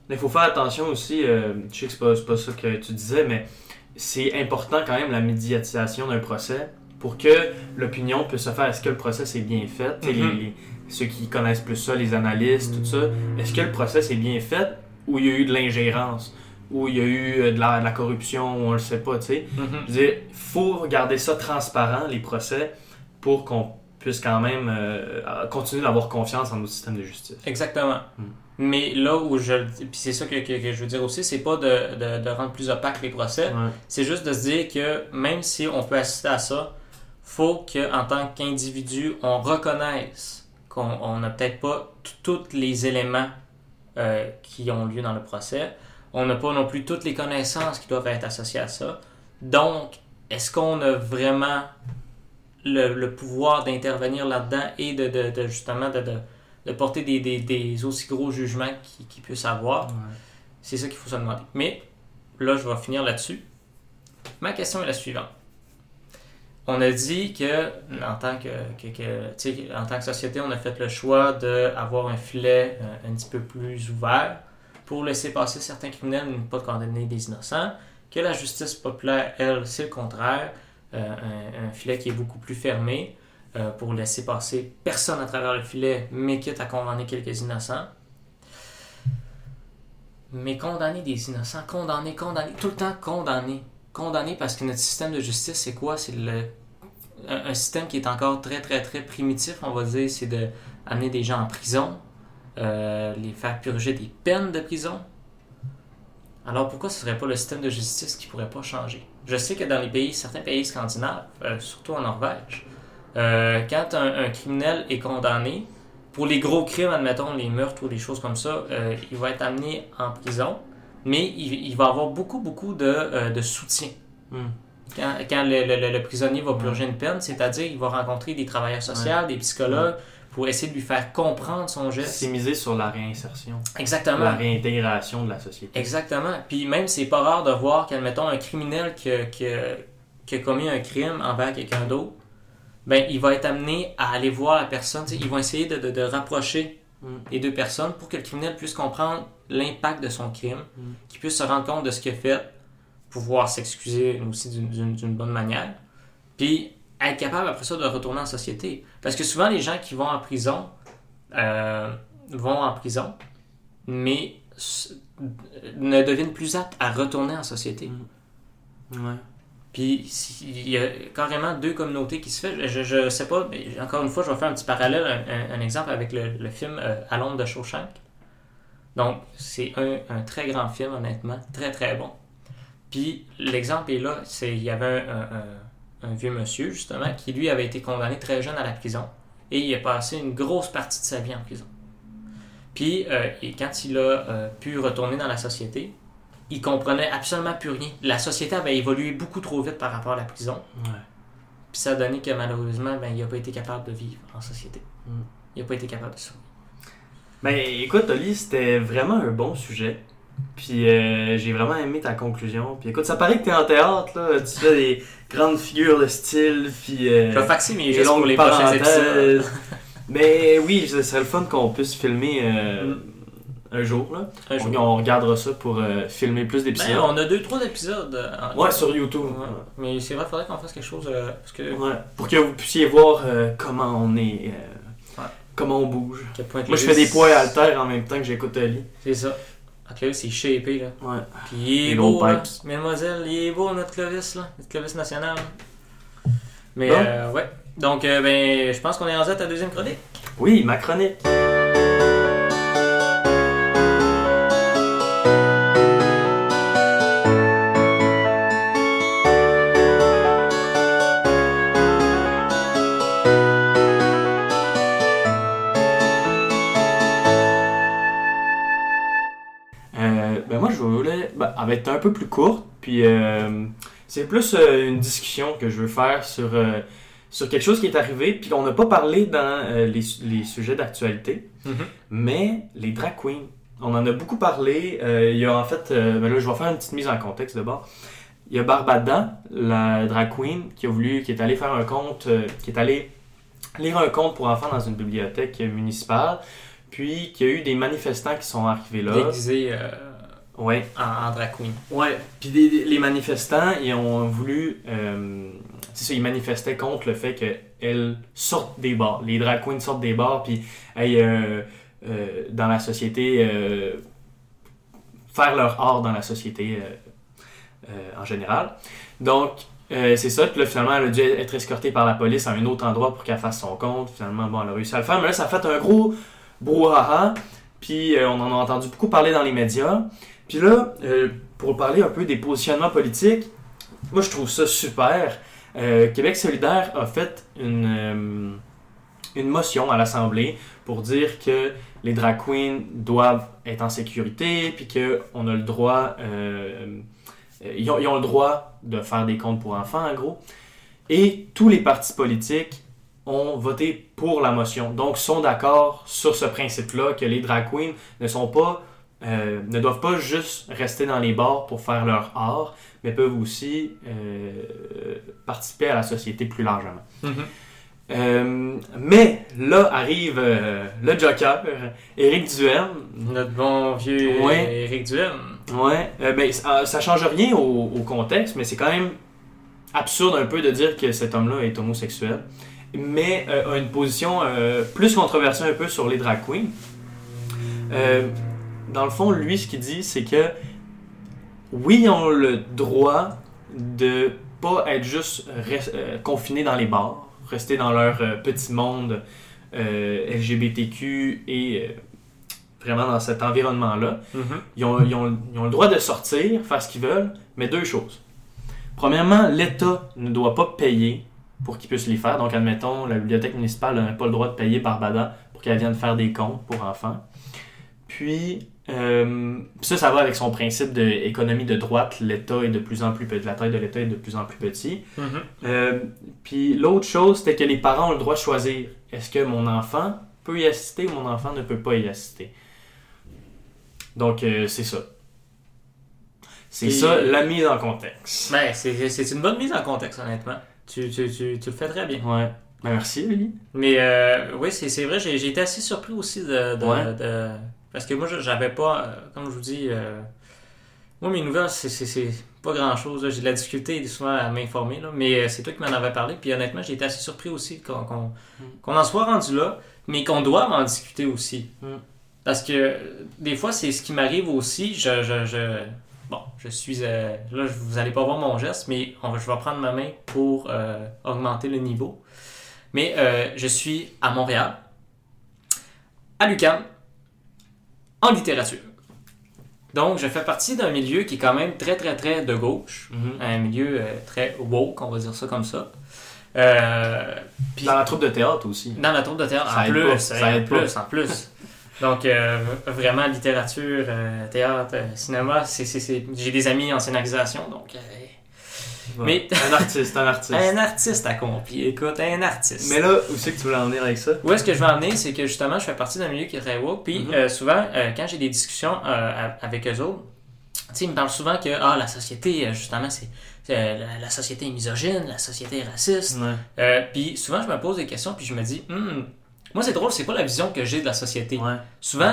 Mais il faut faire attention aussi, je sais que c'est pas ça que tu disais, mais c'est important quand même la médiatisation d'un procès pour que l'opinion puisse se faire. Est-ce que le procès est bien fait? Ceux qui connaissent plus ça, les analystes, tout ça, est-ce que le procès est bien fait ou il y a eu de l'ingérence? Ou il y a eu de la corruption, ou on le sait pas, tu sais. Je veux dire, il faut garder ça transparent, les procès, pour qu'on puisse quand même continuer d'avoir confiance en notre système de justice. Exactement. Mais là où puis c'est ça que je veux dire aussi, c'est pas de rendre plus opaque les procès, c'est juste de se dire que même si on peut assister à ça, faut qu'en tant qu'individu, on reconnaisse qu'on n'a peut-être pas tous les éléments qui ont lieu dans le procès. On n'a pas non plus toutes les connaissances qui doivent être associées à ça. Donc, est-ce qu'on a vraiment le pouvoir d'intervenir là-dedans et de justement de porter des aussi gros jugements qu'il puisse avoir? C'est ça qu'il faut se demander. Mais là, je vais finir là-dessus. Ma question est la suivante. On a dit que en tant que société, on a fait le choix d'avoir un filet un petit peu plus ouvert pour laisser passer certains criminels et ne pas condamner des innocents, que la justice populaire, elle, c'est le contraire, un filet qui est beaucoup plus fermé pour laisser passer personne à travers le filet, mais quitte à condamner quelques innocents. Mais condamner des innocents, condamner, tout le temps condamner parce que notre système de justice, c'est quoi? C'est un système qui est encore très, très, très primitif, on va dire, c'est d'amener des gens en prison, les faire purger des peines de prison. Alors pourquoi ce ne serait pas le système de justice qui ne pourrait pas changer? Je sais que dans certains pays scandinaves, surtout en Norvège, quand un criminel est condamné, pour les gros crimes, admettons les meurtres ou des choses comme ça, il va être amené en prison, mais il va avoir beaucoup de soutien. Quand le prisonnier va purger une peine, c'est-à-dire il va rencontrer des travailleurs sociaux, des psychologues, pour essayer de lui faire comprendre son geste. C'est misé sur la réinsertion. Exactement. La réintégration de la société. Exactement. Puis même, c'est pas rare de voir qu'admettons un criminel qui a commis un crime envers quelqu'un d'autre, ben il va être amené à aller voir la personne. Ils vont essayer de rapprocher les deux personnes pour que le criminel puisse comprendre l'impact de son crime, qu'il puisse se rendre compte de ce qu'il a fait, pouvoir s'excuser aussi d'une bonne manière, puis être capable après ça de retourner en société. Parce que souvent, les gens qui vont en prison, mais ne deviennent plus aptes à retourner en société. Puis, il y a carrément deux communautés qui se font. Je sais pas, mais encore une fois, je vais faire un petit parallèle, un exemple avec le film À l'ombre de Shawshank. Donc, c'est un très grand film, honnêtement, très très bon. Puis, l'exemple est là, il y avait un vieux monsieur, justement, qui lui avait été condamné très jeune à la prison. Et il a passé une grosse partie de sa vie en prison. Puis, et quand il a pu retourner dans la société, il comprenait absolument plus rien. La société avait évolué beaucoup trop vite par rapport à la prison. Puis ça a donné que malheureusement, il n'a pas été capable de vivre en société. Il n'a pas été capable de survivre. Ben écoute, Oli, c'était vraiment un bon sujet. Puis j'ai vraiment aimé ta conclusion. Puis écoute, ça paraît que t'es en théâtre, là. Tu fais des grandes figures de style, puis... je vais faxer mes gestes pour les prochains épisodes. Mais oui, ce serait le fun qu'on puisse filmer un jour, là. On regardera ça pour filmer plus d'épisodes. On a 2-3 épisodes. Sur YouTube. Mais c'est vrai, il faudrait qu'on fasse quelque chose... parce que... pour que vous puissiez voir comment on est... comment on bouge. Moi, je fais des poids et haltères en même temps que j'écoute Oli. C'est ça. Clovis, c'est shapé, là. Puis il est beau, hein. Mesdemoiselles, il est beau, notre Clovis, là. Notre Clovis national. Mais, ouais. Donc, je pense qu'on est rendu à ta deuxième chronique. Oui, ma chronique. Moi, je voulais... elle va être un peu plus courte, puis c'est plus une discussion que je veux faire sur quelque chose qui est arrivé, puis qu'on n'a pas parlé dans les sujets d'actualité, mais les drag queens. On en a beaucoup parlé. Il y a en fait... là, je vais faire une petite mise en contexte d'abord. Il y a Barbada, la drag queen, qui est allée faire un conte, qui est allée lire un conte pour enfants dans une bibliothèque municipale. puis qu'il y a eu des manifestants qui sont arrivés là. Déguisés Ouais. en drag queen. Ouais, puis les manifestants, ils ont voulu... c'est ça, ils manifestaient contre le fait qu'elles sortent des bars. Les drag queens sortent des bars, puis dans la société, faire leur art dans la société en général. Donc, c'est ça, puis là, finalement, elle a dû être escortée par la police à un autre endroit pour qu'elle fasse son compte. Finalement, bon, elle a réussi à le faire, mais là, ça a fait un gros brouhaha, puis on en a entendu beaucoup parler dans les médias. Puis là, pour parler un peu des positionnements politiques, moi je trouve ça super. Québec solidaire a fait une motion à l'Assemblée pour dire que les drag queens doivent être en sécurité, puis qu'on a le droit, ils ont le droit de faire des comptes pour enfants en gros. Et tous les partis politiques ont voté pour la motion, donc sont d'accord sur ce principe-là que les drag queens ne doivent pas juste rester dans les bars pour faire leur art, mais peuvent aussi participer à la société plus largement. Mais là arrive le Joker, Éric Duhaime. Notre bon vieux Éric Duhaime. Ouais, ça change rien au contexte, mais c'est quand même absurde un peu de dire que cet homme-là est homosexuel, mais a une position plus controversée un peu sur les drag queens. Dans le fond, lui, ce qu'il dit, c'est que oui, ils ont le droit de pas être juste confinés dans les bars, rester dans leur petit monde LGBTQ et vraiment dans cet environnement-là. Ils ont le droit de sortir, faire ce qu'ils veulent, mais deux choses. Premièrement, l'État ne doit pas payer pour qu'ils puissent les faire. Donc, admettons, la bibliothèque municipale n'a pas le droit de payer Barbada pour qu'elle vienne faire des comptes pour enfants. Puis, ça va avec son principe d'économie de droite. L'État est de plus en plus petit. La taille de l'État est de plus en plus petit. Puis l'autre chose, c'était que les parents ont le droit de choisir. Est-ce que mon enfant peut y assister ou mon enfant ne peut pas y assister? Donc, c'est ça. C'est ça, la mise en contexte. Ben, c'est une bonne mise en contexte, honnêtement. Tu le fais très bien. Ouais. Ben, merci, Lily. Mais oui, c'est vrai, j'ai été assez surpris aussi de parce que moi, j'avais pas, comme je vous dis, moi, mes nouvelles, c'est pas grand-chose. J'ai de la difficulté souvent à m'informer, là, mais c'est toi qui m'en avais parlé. Puis honnêtement, j'ai été assez surpris aussi qu'on en soit rendu là, mais qu'on doive en discuter aussi. Parce que des fois, c'est ce qui m'arrive aussi. Bon, je suis... là, vous allez pas voir mon geste, mais je vais prendre ma main pour augmenter le niveau. Mais je suis à Montréal, à l'UQAM, en littérature. Donc, je fais partie d'un milieu qui est quand même très, très, très de gauche. Un milieu très woke, on va dire ça comme ça. Puis dans la troupe de théâtre aussi. Dans la troupe de théâtre, en plus. Donc, vraiment, littérature, théâtre, cinéma, j'ai des amis en scénarisation, donc... Mais un artiste. Un artiste accompli, écoute, un artiste. Mais là, où c'est que tu veux en venir avec ça? Où est-ce que je veux en venir, c'est que justement, je fais partie d'un milieu qui est très woke, puis souvent, quand j'ai des discussions avec eux autres, ils me parlent souvent que la société, justement, la société est misogyne, la société est raciste. Puis souvent, je me pose des questions, puis je me dis, moi, c'est drôle, c'est pas la vision que j'ai de la société. Souvent,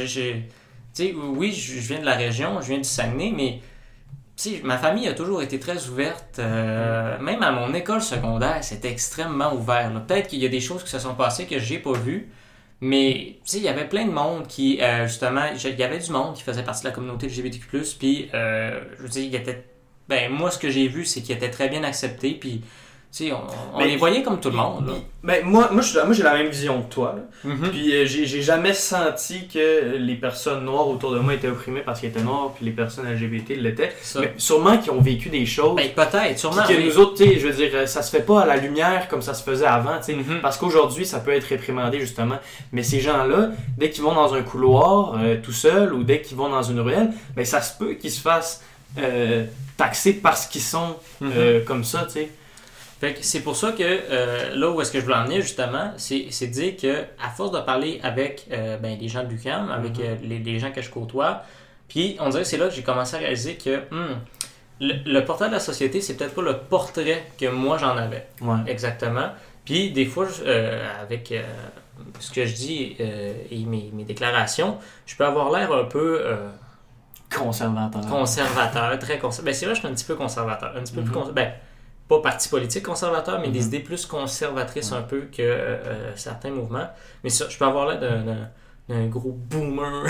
oui, je viens de la région, je viens du Saguenay, mais ma famille a toujours été très ouverte. Même à mon école secondaire, c'était extrêmement ouvert. Là. Peut-être qu'il y a des choses qui se sont passées que j'ai pas vues, mais il y avait plein de monde qui, justement, il y avait du monde qui faisait partie de la communauté LGBTQ+, puis, je veux dire, il était... moi, ce que j'ai vu, c'est qu'ils étaient très bien acceptés, puis... on les voyait comme tout le monde. Là. Moi, j'ai la même vision que toi. Puis j'ai jamais senti que les personnes noires autour de moi étaient opprimées parce qu'elles étaient noires, puis les personnes LGBT l'étaient. Mais sûrement qu'ils ont vécu des choses. Peut-être, sûrement. Que nous autres, je veux dire, ça se fait pas à la lumière comme ça se faisait avant. Parce qu'aujourd'hui, ça peut être réprimandé justement. Mais ces gens-là, dès qu'ils vont dans un couloir tout seuls ou dès qu'ils vont dans une ruelle, ça se peut qu'ils se fassent taxer parce qu'ils sont comme ça, tu sais. Fait que c'est pour ça que là où est-ce que je voulais en venir justement, c'est de dire que à force de parler avec les gens de l'UQAM, avec les gens que je côtoie, puis on dirait que c'est là que j'ai commencé à réaliser que le portrait de la société, c'est peut-être pas le portrait que moi j'en avais. Exactement. Puis des fois, avec ce que je dis et mes déclarations, je peux avoir l'air un peu Conservateur, très conservateur. Ben, c'est vrai, je suis un petit peu conservateur. Un petit peu plus pas parti politique conservateur, mais des idées plus conservatrices un peu que certains mouvements. Mais ça, je peux avoir l'air d'un gros boomer,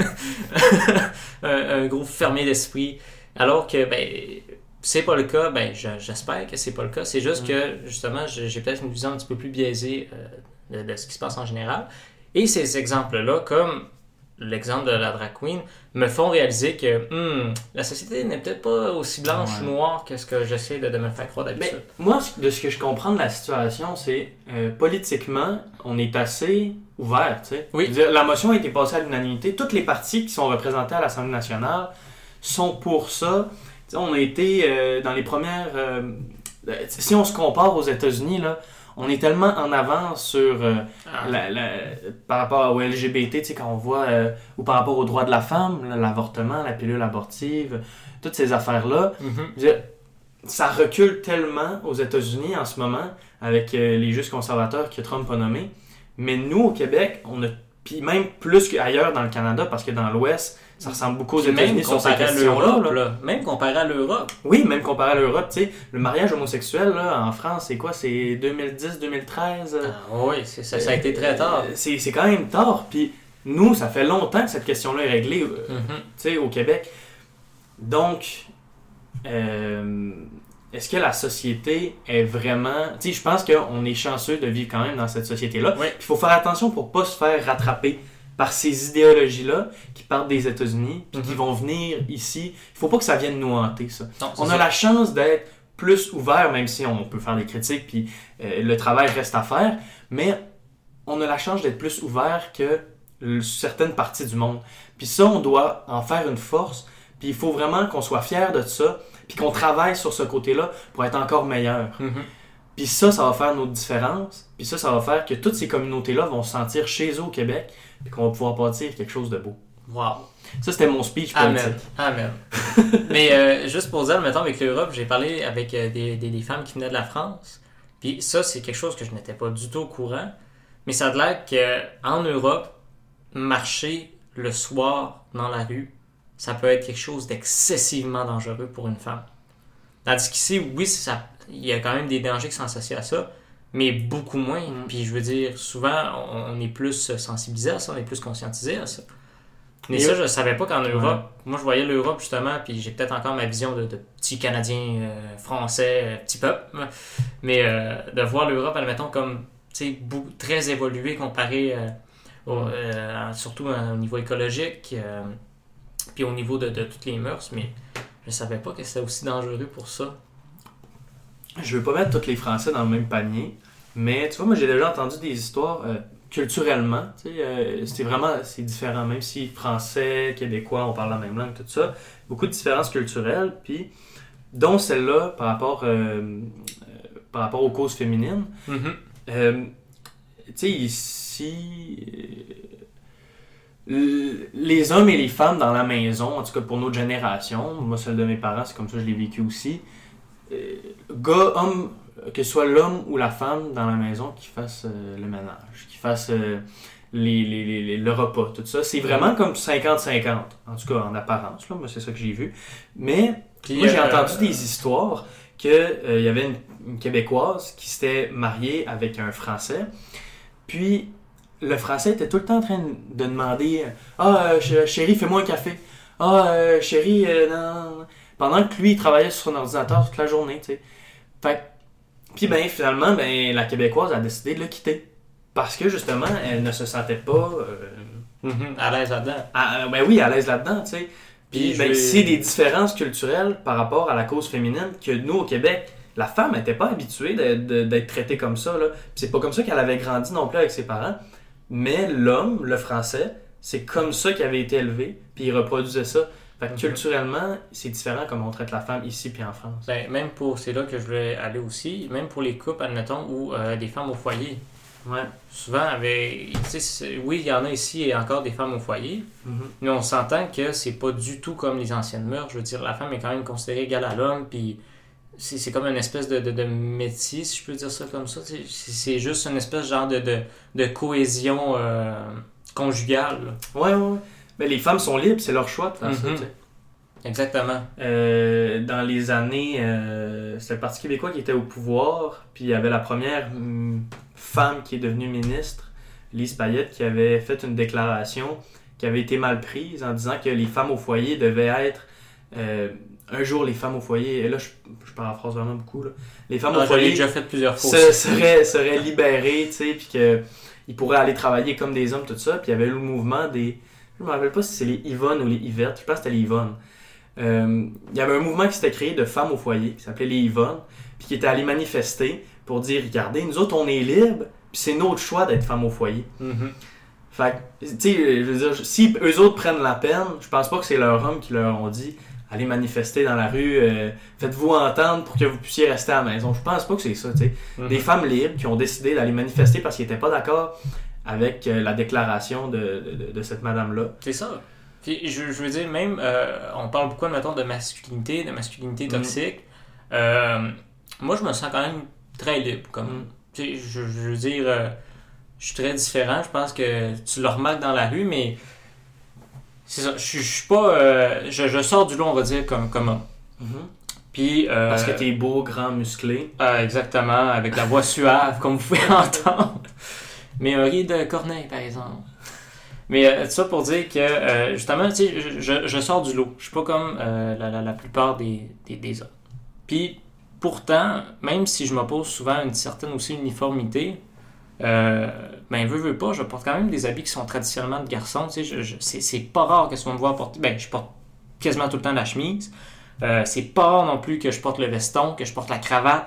un gros fermé d'esprit. Alors que, c'est pas le cas, j'espère que c'est pas le cas. C'est juste que, justement, j'ai peut-être une vision un petit peu plus biaisée de ce qui se passe en général. Et ces exemples-là, comme l'exemple de la drag queen, me font réaliser que la société n'est peut-être pas aussi blanche ou noire que ce que j'essaie de me faire croire d'habitude. Moi, de ce que je comprends de la situation, c'est politiquement, on est assez ouvert. Tu sais. Oui. Je veux dire, la motion a été passée à l'unanimité. Toutes les partis qui sont représentés à l'Assemblée nationale sont pour ça. Tu sais, on a été dans les premières... si on se compare aux États-Unis, là, on est tellement en avance sur par rapport au LGBT, tu sais, quand on voit, ou par rapport aux droits de la femme, là, l'avortement, la pilule abortive, toutes ces affaires-là. Je veux dire, ça recule tellement aux États-Unis en ce moment, avec les juges conservateurs que Trump a nommés. Mais nous, au Québec, on a, puis même plus qu'ailleurs dans le Canada, parce que dans l'Ouest, ça ressemble beaucoup aux États-Unis sur ces questions-là. Même comparé à l'Europe. Oui, même comparé à l'Europe. Tu sais, le mariage homosexuel là, en France, c'est quoi? C'est 2010-2013? Oui, ça a été très tard. C'est quand même tard. Puis nous, ça fait longtemps que cette question-là est réglée tu sais, au Québec. Donc, est-ce que la société est vraiment... Tu sais, je pense qu'on est chanceux de vivre quand même dans cette société-là. Oui. Il faut faire attention pour pas se faire rattraper par ces idéologies-là qui partent des États-Unis puis qui vont venir ici. Il faut pas que ça vienne nous hanter, ça. Non, on a la chance d'être plus ouvert, même si on peut faire des critiques puis le travail reste à faire, mais on a la chance d'être plus ouvert que certaines parties du monde. Puis ça, on doit en faire une force, puis il faut vraiment qu'on soit fier de ça, puis qu'on travaille sur ce côté-là pour être encore meilleur. Puis ça va faire notre différence, puis ça va faire que toutes ces communautés-là vont se sentir chez eux au Québec, puis qu'on va pouvoir bâtir quelque chose de beau. Wow! Ça, c'était mon speech politique. Amen. Mais juste pour dire, mettons, avec l'Europe, j'ai parlé avec des femmes qui venaient de la France, puis ça, c'est quelque chose que je n'étais pas du tout au courant, mais ça a l'air qu'en Europe, marcher le soir dans la rue, ça peut être quelque chose d'excessivement dangereux pour une femme. Tandis qu'ici, oui, il y a quand même des dangers qui sont associés à ça, mais beaucoup moins. Puis je veux dire, souvent, on est plus sensibilisé à ça, on est plus conscientisé à ça. Mais ça, je ne savais pas qu'en Europe, moi je voyais l'Europe justement, puis j'ai peut-être encore ma vision de petit Canadien français, petit peuple, mais de voir l'Europe, admettons, comme très évoluée comparé surtout au niveau écologique, puis au niveau de toutes les mœurs, mais je savais pas que c'était aussi dangereux pour ça. Je veux pas mettre tous les Français dans le même panier, mais tu vois, moi j'ai déjà entendu des histoires culturellement, tu sais, c'est différent, même si français, québécois, on parle la même langue, tout ça, beaucoup de différences culturelles, puis dont celle-là par rapport aux causes féminines. Tu sais, ici, les hommes et les femmes dans la maison, en tout cas pour notre génération, moi celle de mes parents, c'est comme ça que je l'ai vécu aussi, gars, homme, que ce soit l'homme ou la femme dans la maison qui fasse le ménage, qui fasse le repas, tout ça. C'est vraiment comme 50-50, en tout cas en apparence, là, moi c'est ça que j'ai vu. Mais moi j'ai entendu des histoires qu'il y avait une Québécoise qui s'était mariée avec un Français, puis le Français était tout le temps en train de demander « Ah, chérie, fais-moi un café. Ah, chérie, non. » Pendant que lui, il travaillait sur son ordinateur toute la journée, tu sais. Fait puis finalement, la Québécoise a décidé de le quitter. Parce que, justement, elle ne se sentait pas... à l'aise là-dedans. Oui, à l'aise là-dedans, tu sais. Puis, c'est des différences culturelles par rapport à la cause féminine que nous, au Québec, la femme n'était pas habituée d'être traitée comme ça, là. Puis c'est pas comme ça qu'elle avait grandi non plus avec ses parents. Mais l'homme, le Français, c'est comme ça qu'il avait été élevé, puis il reproduisait ça. Fait que culturellement, c'est différent comme on traite la femme ici puis en France. Même c'est là que je voulais aller aussi, même pour les couples, admettons, ou des femmes au foyer. Ouais. Souvent, oui, il y en a ici et encore des femmes au foyer, mais on s'entend que c'est pas du tout comme les anciennes mœurs. Je veux dire, la femme est quand même considérée égale à l'homme, puis c'est comme une espèce de métier, si je peux dire ça comme ça. C'est juste une espèce genre de cohésion conjugale. Là. Ouais. Mais les femmes sont libres, c'est leur choix de faire ça, tu sais. Exactement. Dans les années... c'était le Parti québécois qui était au pouvoir, puis il y avait la première femme qui est devenue ministre, Lise Payette, qui avait fait une déclaration qui avait été mal prise en disant que les femmes au foyer devaient être... un jour, les femmes au foyer... Et là, je paraphrase vraiment beaucoup, là. Les femmes au foyer... Je l'ai déjà fait plusieurs fois seraient libérées, tu sais, puis qu'ils pourraient aller travailler comme des hommes, tout ça. Puis il y avait le mouvement des... Je me rappelle pas si c'est les Yvonne ou les Yvette. Je pense que c'était les Yvonne. Il y avait un mouvement qui s'était créé de femmes au foyer, qui s'appelait les Yvonne, puis qui était allé manifester pour dire, regardez, nous autres, on est libres, puis c'est notre choix d'être femmes au foyer. Fait que, tu sais, je veux dire, si eux autres prennent la peine, je pense pas que c'est leurs hommes qui leur ont dit, allez manifester dans la rue, faites-vous entendre pour que vous puissiez rester à la maison. Je pense pas que c'est ça, tu sais. Des femmes libres qui ont décidé d'aller manifester parce qu'ils étaient pas d'accord avec la déclaration de cette madame-là. C'est ça. Puis, je veux dire, même, on parle beaucoup, mettons, de masculinité toxique. Moi, je me sens quand même très libre. Comme, je veux dire, je suis très différent. Je pense que tu le remarques dans la rue, mais c'est ça. Je suis pas... je sors du lot, on va dire, comme homme. Puis, parce que t'es beau, grand, musclé. Exactement, avec la voix suave, comme vous pouvez entendre. Mais un riz de Corneille, par exemple. Mais ça pour dire que, justement, tu sais, je sors du lot. Je suis pas comme la plupart des hommes. Puis, pourtant, même si je m'oppose souvent à une certaine aussi uniformité, ben, veux pas, je porte quand même des habits qui sont traditionnellement de garçon. Tu sais, c'est pas rare que tu vas me voir porter... Ben, je porte quasiment tout le temps la chemise. C'est pas rare non plus que je porte le veston, que je porte la cravate.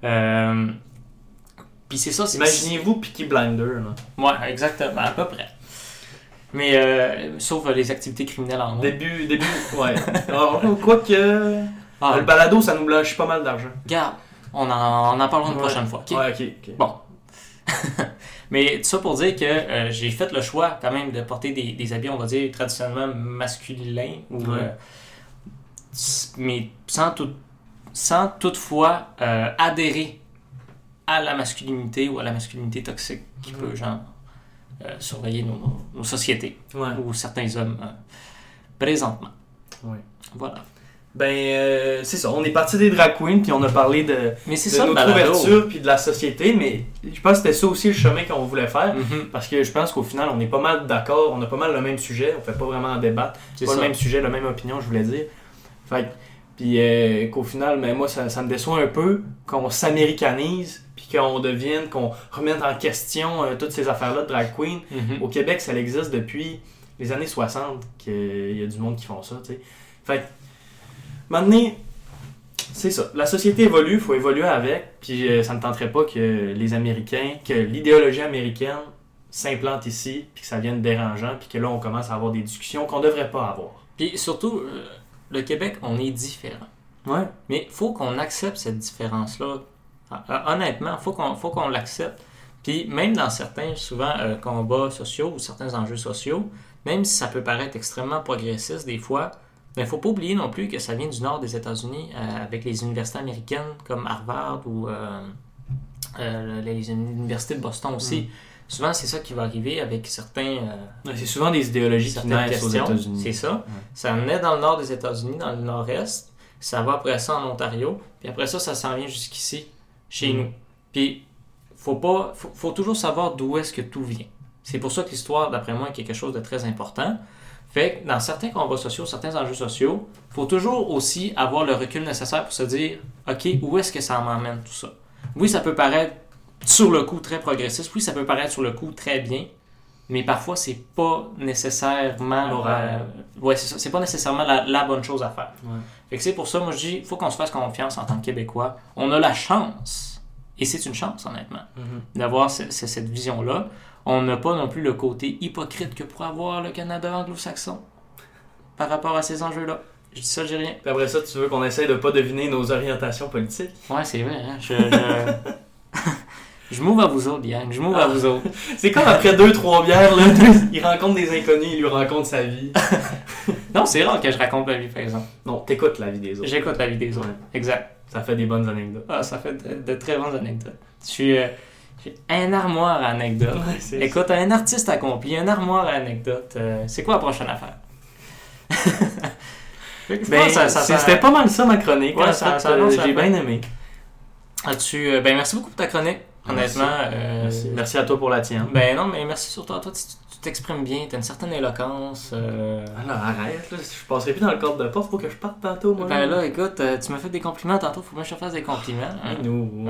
Puis c'est ça. Imaginez-vous Peaky Blinders, là. Ouais, exactement, à peu près. Mais sauf les activités criminelles en haut. Début, ouais. Alors, quoique, le balado, ça nous blanchit pas mal d'argent. Regarde, on en parlera une prochaine fois. Okay? Ouais, ok. Bon. Mais tout ça pour dire que j'ai fait le choix quand même de porter des habits, on va dire, traditionnellement masculins. Mais sans toutefois adhérer à la masculinité ou à la masculinité toxique qui peut, genre, surveiller nos sociétés ou certains hommes présentement. Ouais. Voilà. Ben, c'est ça. On est parti des drag queens, puis on a parlé de notre ouverture, puis de la société, mais je pense que c'était ça aussi le chemin qu'on voulait faire, parce que je pense qu'au final, on est pas mal d'accord, on a pas mal le même sujet, on fait pas vraiment débattre, c'est pas le même sujet, la même opinion, je voulais dire. Fait puis qu'au final, ben, moi, ça me déçoit un peu qu'on s'américanise, puis qu'on remette en question toutes ces affaires-là de drag queen. Au Québec, ça existe depuis les années 60, qu'il y a du monde qui font ça, tu sais. Fait maintenant, c'est ça. La société évolue, il faut évoluer avec. Puis ça ne tenterait pas que les Américains, que l'idéologie américaine s'implante ici, puis que ça vienne dérangeant, puis que là, on commence à avoir des discussions qu'on ne devrait pas avoir. Puis surtout, le Québec, on est différent. Ouais. Mais il faut qu'on accepte cette différence-là. Honnêtement, il faut qu'on l'accepte. Puis même dans certains, souvent, combats sociaux ou certains enjeux sociaux, même si ça peut paraître extrêmement progressiste des fois, mais il ne faut pas oublier non plus que ça vient du nord des États-Unis avec les universités américaines comme Harvard ou les universités de Boston aussi. Souvent, c'est ça qui va arriver avec certains... c'est souvent des idéologies qui naissent aux États-Unis. C'est ça. Ça naît dans le nord des États-Unis, dans le nord-est. Ça va après ça en Ontario. Puis après ça, ça s'en vient jusqu'ici, chez nous. Puis, faut toujours savoir d'où est-ce que tout vient. C'est pour ça que l'histoire, d'après moi, est quelque chose de très important. Fait que dans certains combats sociaux, certains enjeux sociaux, il faut toujours aussi avoir le recul nécessaire pour se dire « OK, où est-ce que ça m'emmène tout ça? » Oui, ça peut paraître sur le coup très progressiste. Oui, ça peut paraître sur le coup très bien. Mais parfois, c'est pas nécessairement... c'est ça. C'est pas nécessairement la bonne chose à faire. Ouais. Fait que c'est pour ça, moi, je dis, il faut qu'on se fasse confiance en tant que Québécois. On a la chance, et c'est une chance, honnêtement, d'avoir cette vision-là. On n'a pas non plus le côté hypocrite que pourrait avoir le Canada anglo-saxon par rapport à ces enjeux-là. Je dis ça, je dis rien. Puis après ça, tu veux qu'on essaie de pas deviner nos orientations politiques? Ouais, c'est vrai. Hein? Je m'ouvre à vous autres, Yann. Je m'ouvre à vous autres. C'est comme après 2-3 bières, là, il rencontre des inconnus, il lui raconte sa vie. Non, c'est rare que je raconte ma vie, par exemple. Non, t'écoutes la vie des autres. J'écoute la vie des autres, exact. Ça fait des bonnes anecdotes. Ah, ça fait de très bonnes anecdotes. J'ai un armoire à anecdotes. Ouais, Écoute, un artiste accompli, un armoire à anecdotes. C'est quoi la prochaine affaire? C'était pas mal ça ma chronique. Ouais, j'ai bien aimé. Merci beaucoup pour ta chronique. Honnêtement. Merci à toi pour la tienne. Ben non, mais merci surtout à toi. Tu t'exprimes bien, t'as une certaine éloquence. Alors arrête, là, je passerai plus dans le cadre de porte, faut que je parte tantôt. Moi, ben là, écoute, tu m'as fait des compliments tantôt, faut bien que je te fasse des compliments. Hein? Nous.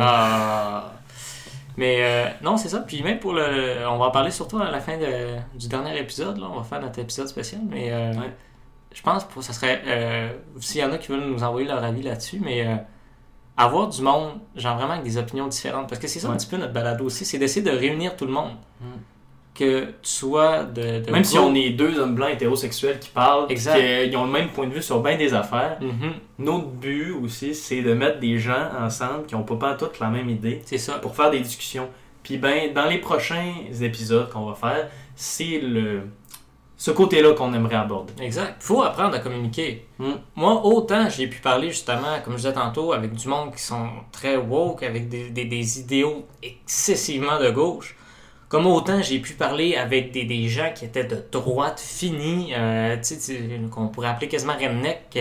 Mais non, c'est ça. Puis même on va en parler surtout à la fin du dernier épisode. Là. On va faire notre épisode spécial. Mais je pense que ça serait. S'il y en a qui veulent nous envoyer leur avis là-dessus, mais avoir du monde, genre vraiment avec des opinions différentes. Parce que c'est ça un petit peu notre balado aussi, c'est d'essayer de réunir tout le monde. Que tu sois de même si on est deux hommes blancs hétérosexuels qui parlent, qui ont le même point de vue sur bien des affaires, notre but aussi, c'est de mettre des gens ensemble qui n'ont pas toutes la même idée. C'est ça. Pour faire des discussions. Puis dans les prochains épisodes qu'on va faire, c'est ce côté-là qu'on aimerait aborder. Exact. Il faut apprendre à communiquer. Moi, autant j'ai pu parler justement, comme je disais tantôt, avec du monde qui sont très woke, avec des idéaux excessivement de gauche, comme autant j'ai pu parler avec des gens qui étaient de droite finie, qu'on pourrait appeler quasiment redneck.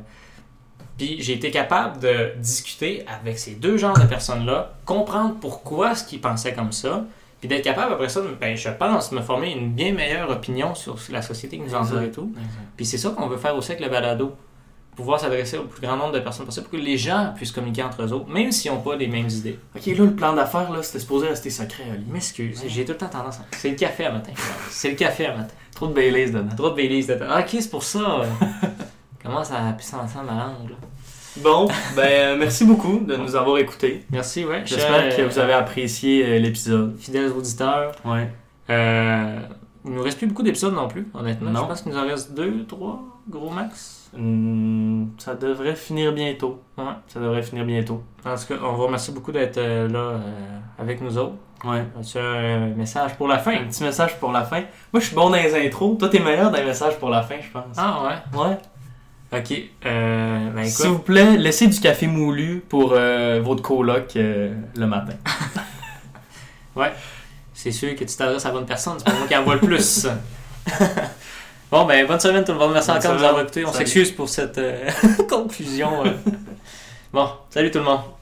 Puis j'ai été capable de discuter avec ces deux genres de personnes-là, comprendre pourquoi ce qu'ils pensaient comme ça, puis d'être capable après ça, je pense, me former une bien meilleure opinion sur la société qui nous entoure et tout. Puis c'est ça qu'on veut faire aussi avec le balado. Pouvoir s'adresser au plus grand nombre de personnes possible pour que les gens puissent communiquer entre eux autres, même s'ils n'ont pas les mêmes idées. Ok, là, le plan d'affaires, là, c'était supposé rester secret, Ali. M'excuse, j'ai tout le temps tendance à... C'est le café à matin. C'est le café à matin. Trop de Baileys dedans. Trop de Baileys dedans. Ah, ok, c'est pour ça. Comment ça a pu s'entendre ma langue, là? Bon, merci beaucoup de nous avoir écoutés. Merci, ouais. J'espère que vous avez apprécié l'épisode. Fidèles auditeurs. Ouais. Il ne nous reste plus beaucoup d'épisodes non plus, honnêtement. Non. Je pense qu'il nous en reste 2, 3, gros max. Ça devrait finir bientôt. Ouais. Ça devrait finir bientôt. En tout cas, on vous remercie beaucoup d'être là avec nous autres. Ouais. As-tu un message pour la fin? Un petit message pour la fin. Moi, je suis bon dans les intros. Toi, t'es meilleur dans les messages pour la fin, je pense. Ah ouais? Ouais. Ok. Écoute. S'il vous plaît, laissez du café moulu pour votre coloc le matin. Ouais. C'est sûr que tu t'adresses à la bonne personne. C'est pas moi qui en vois le plus. Bon, bonne semaine tout le monde. Merci encore de nous avoir écoutés. On s'excuse pour cette confusion. Bon, salut tout le monde.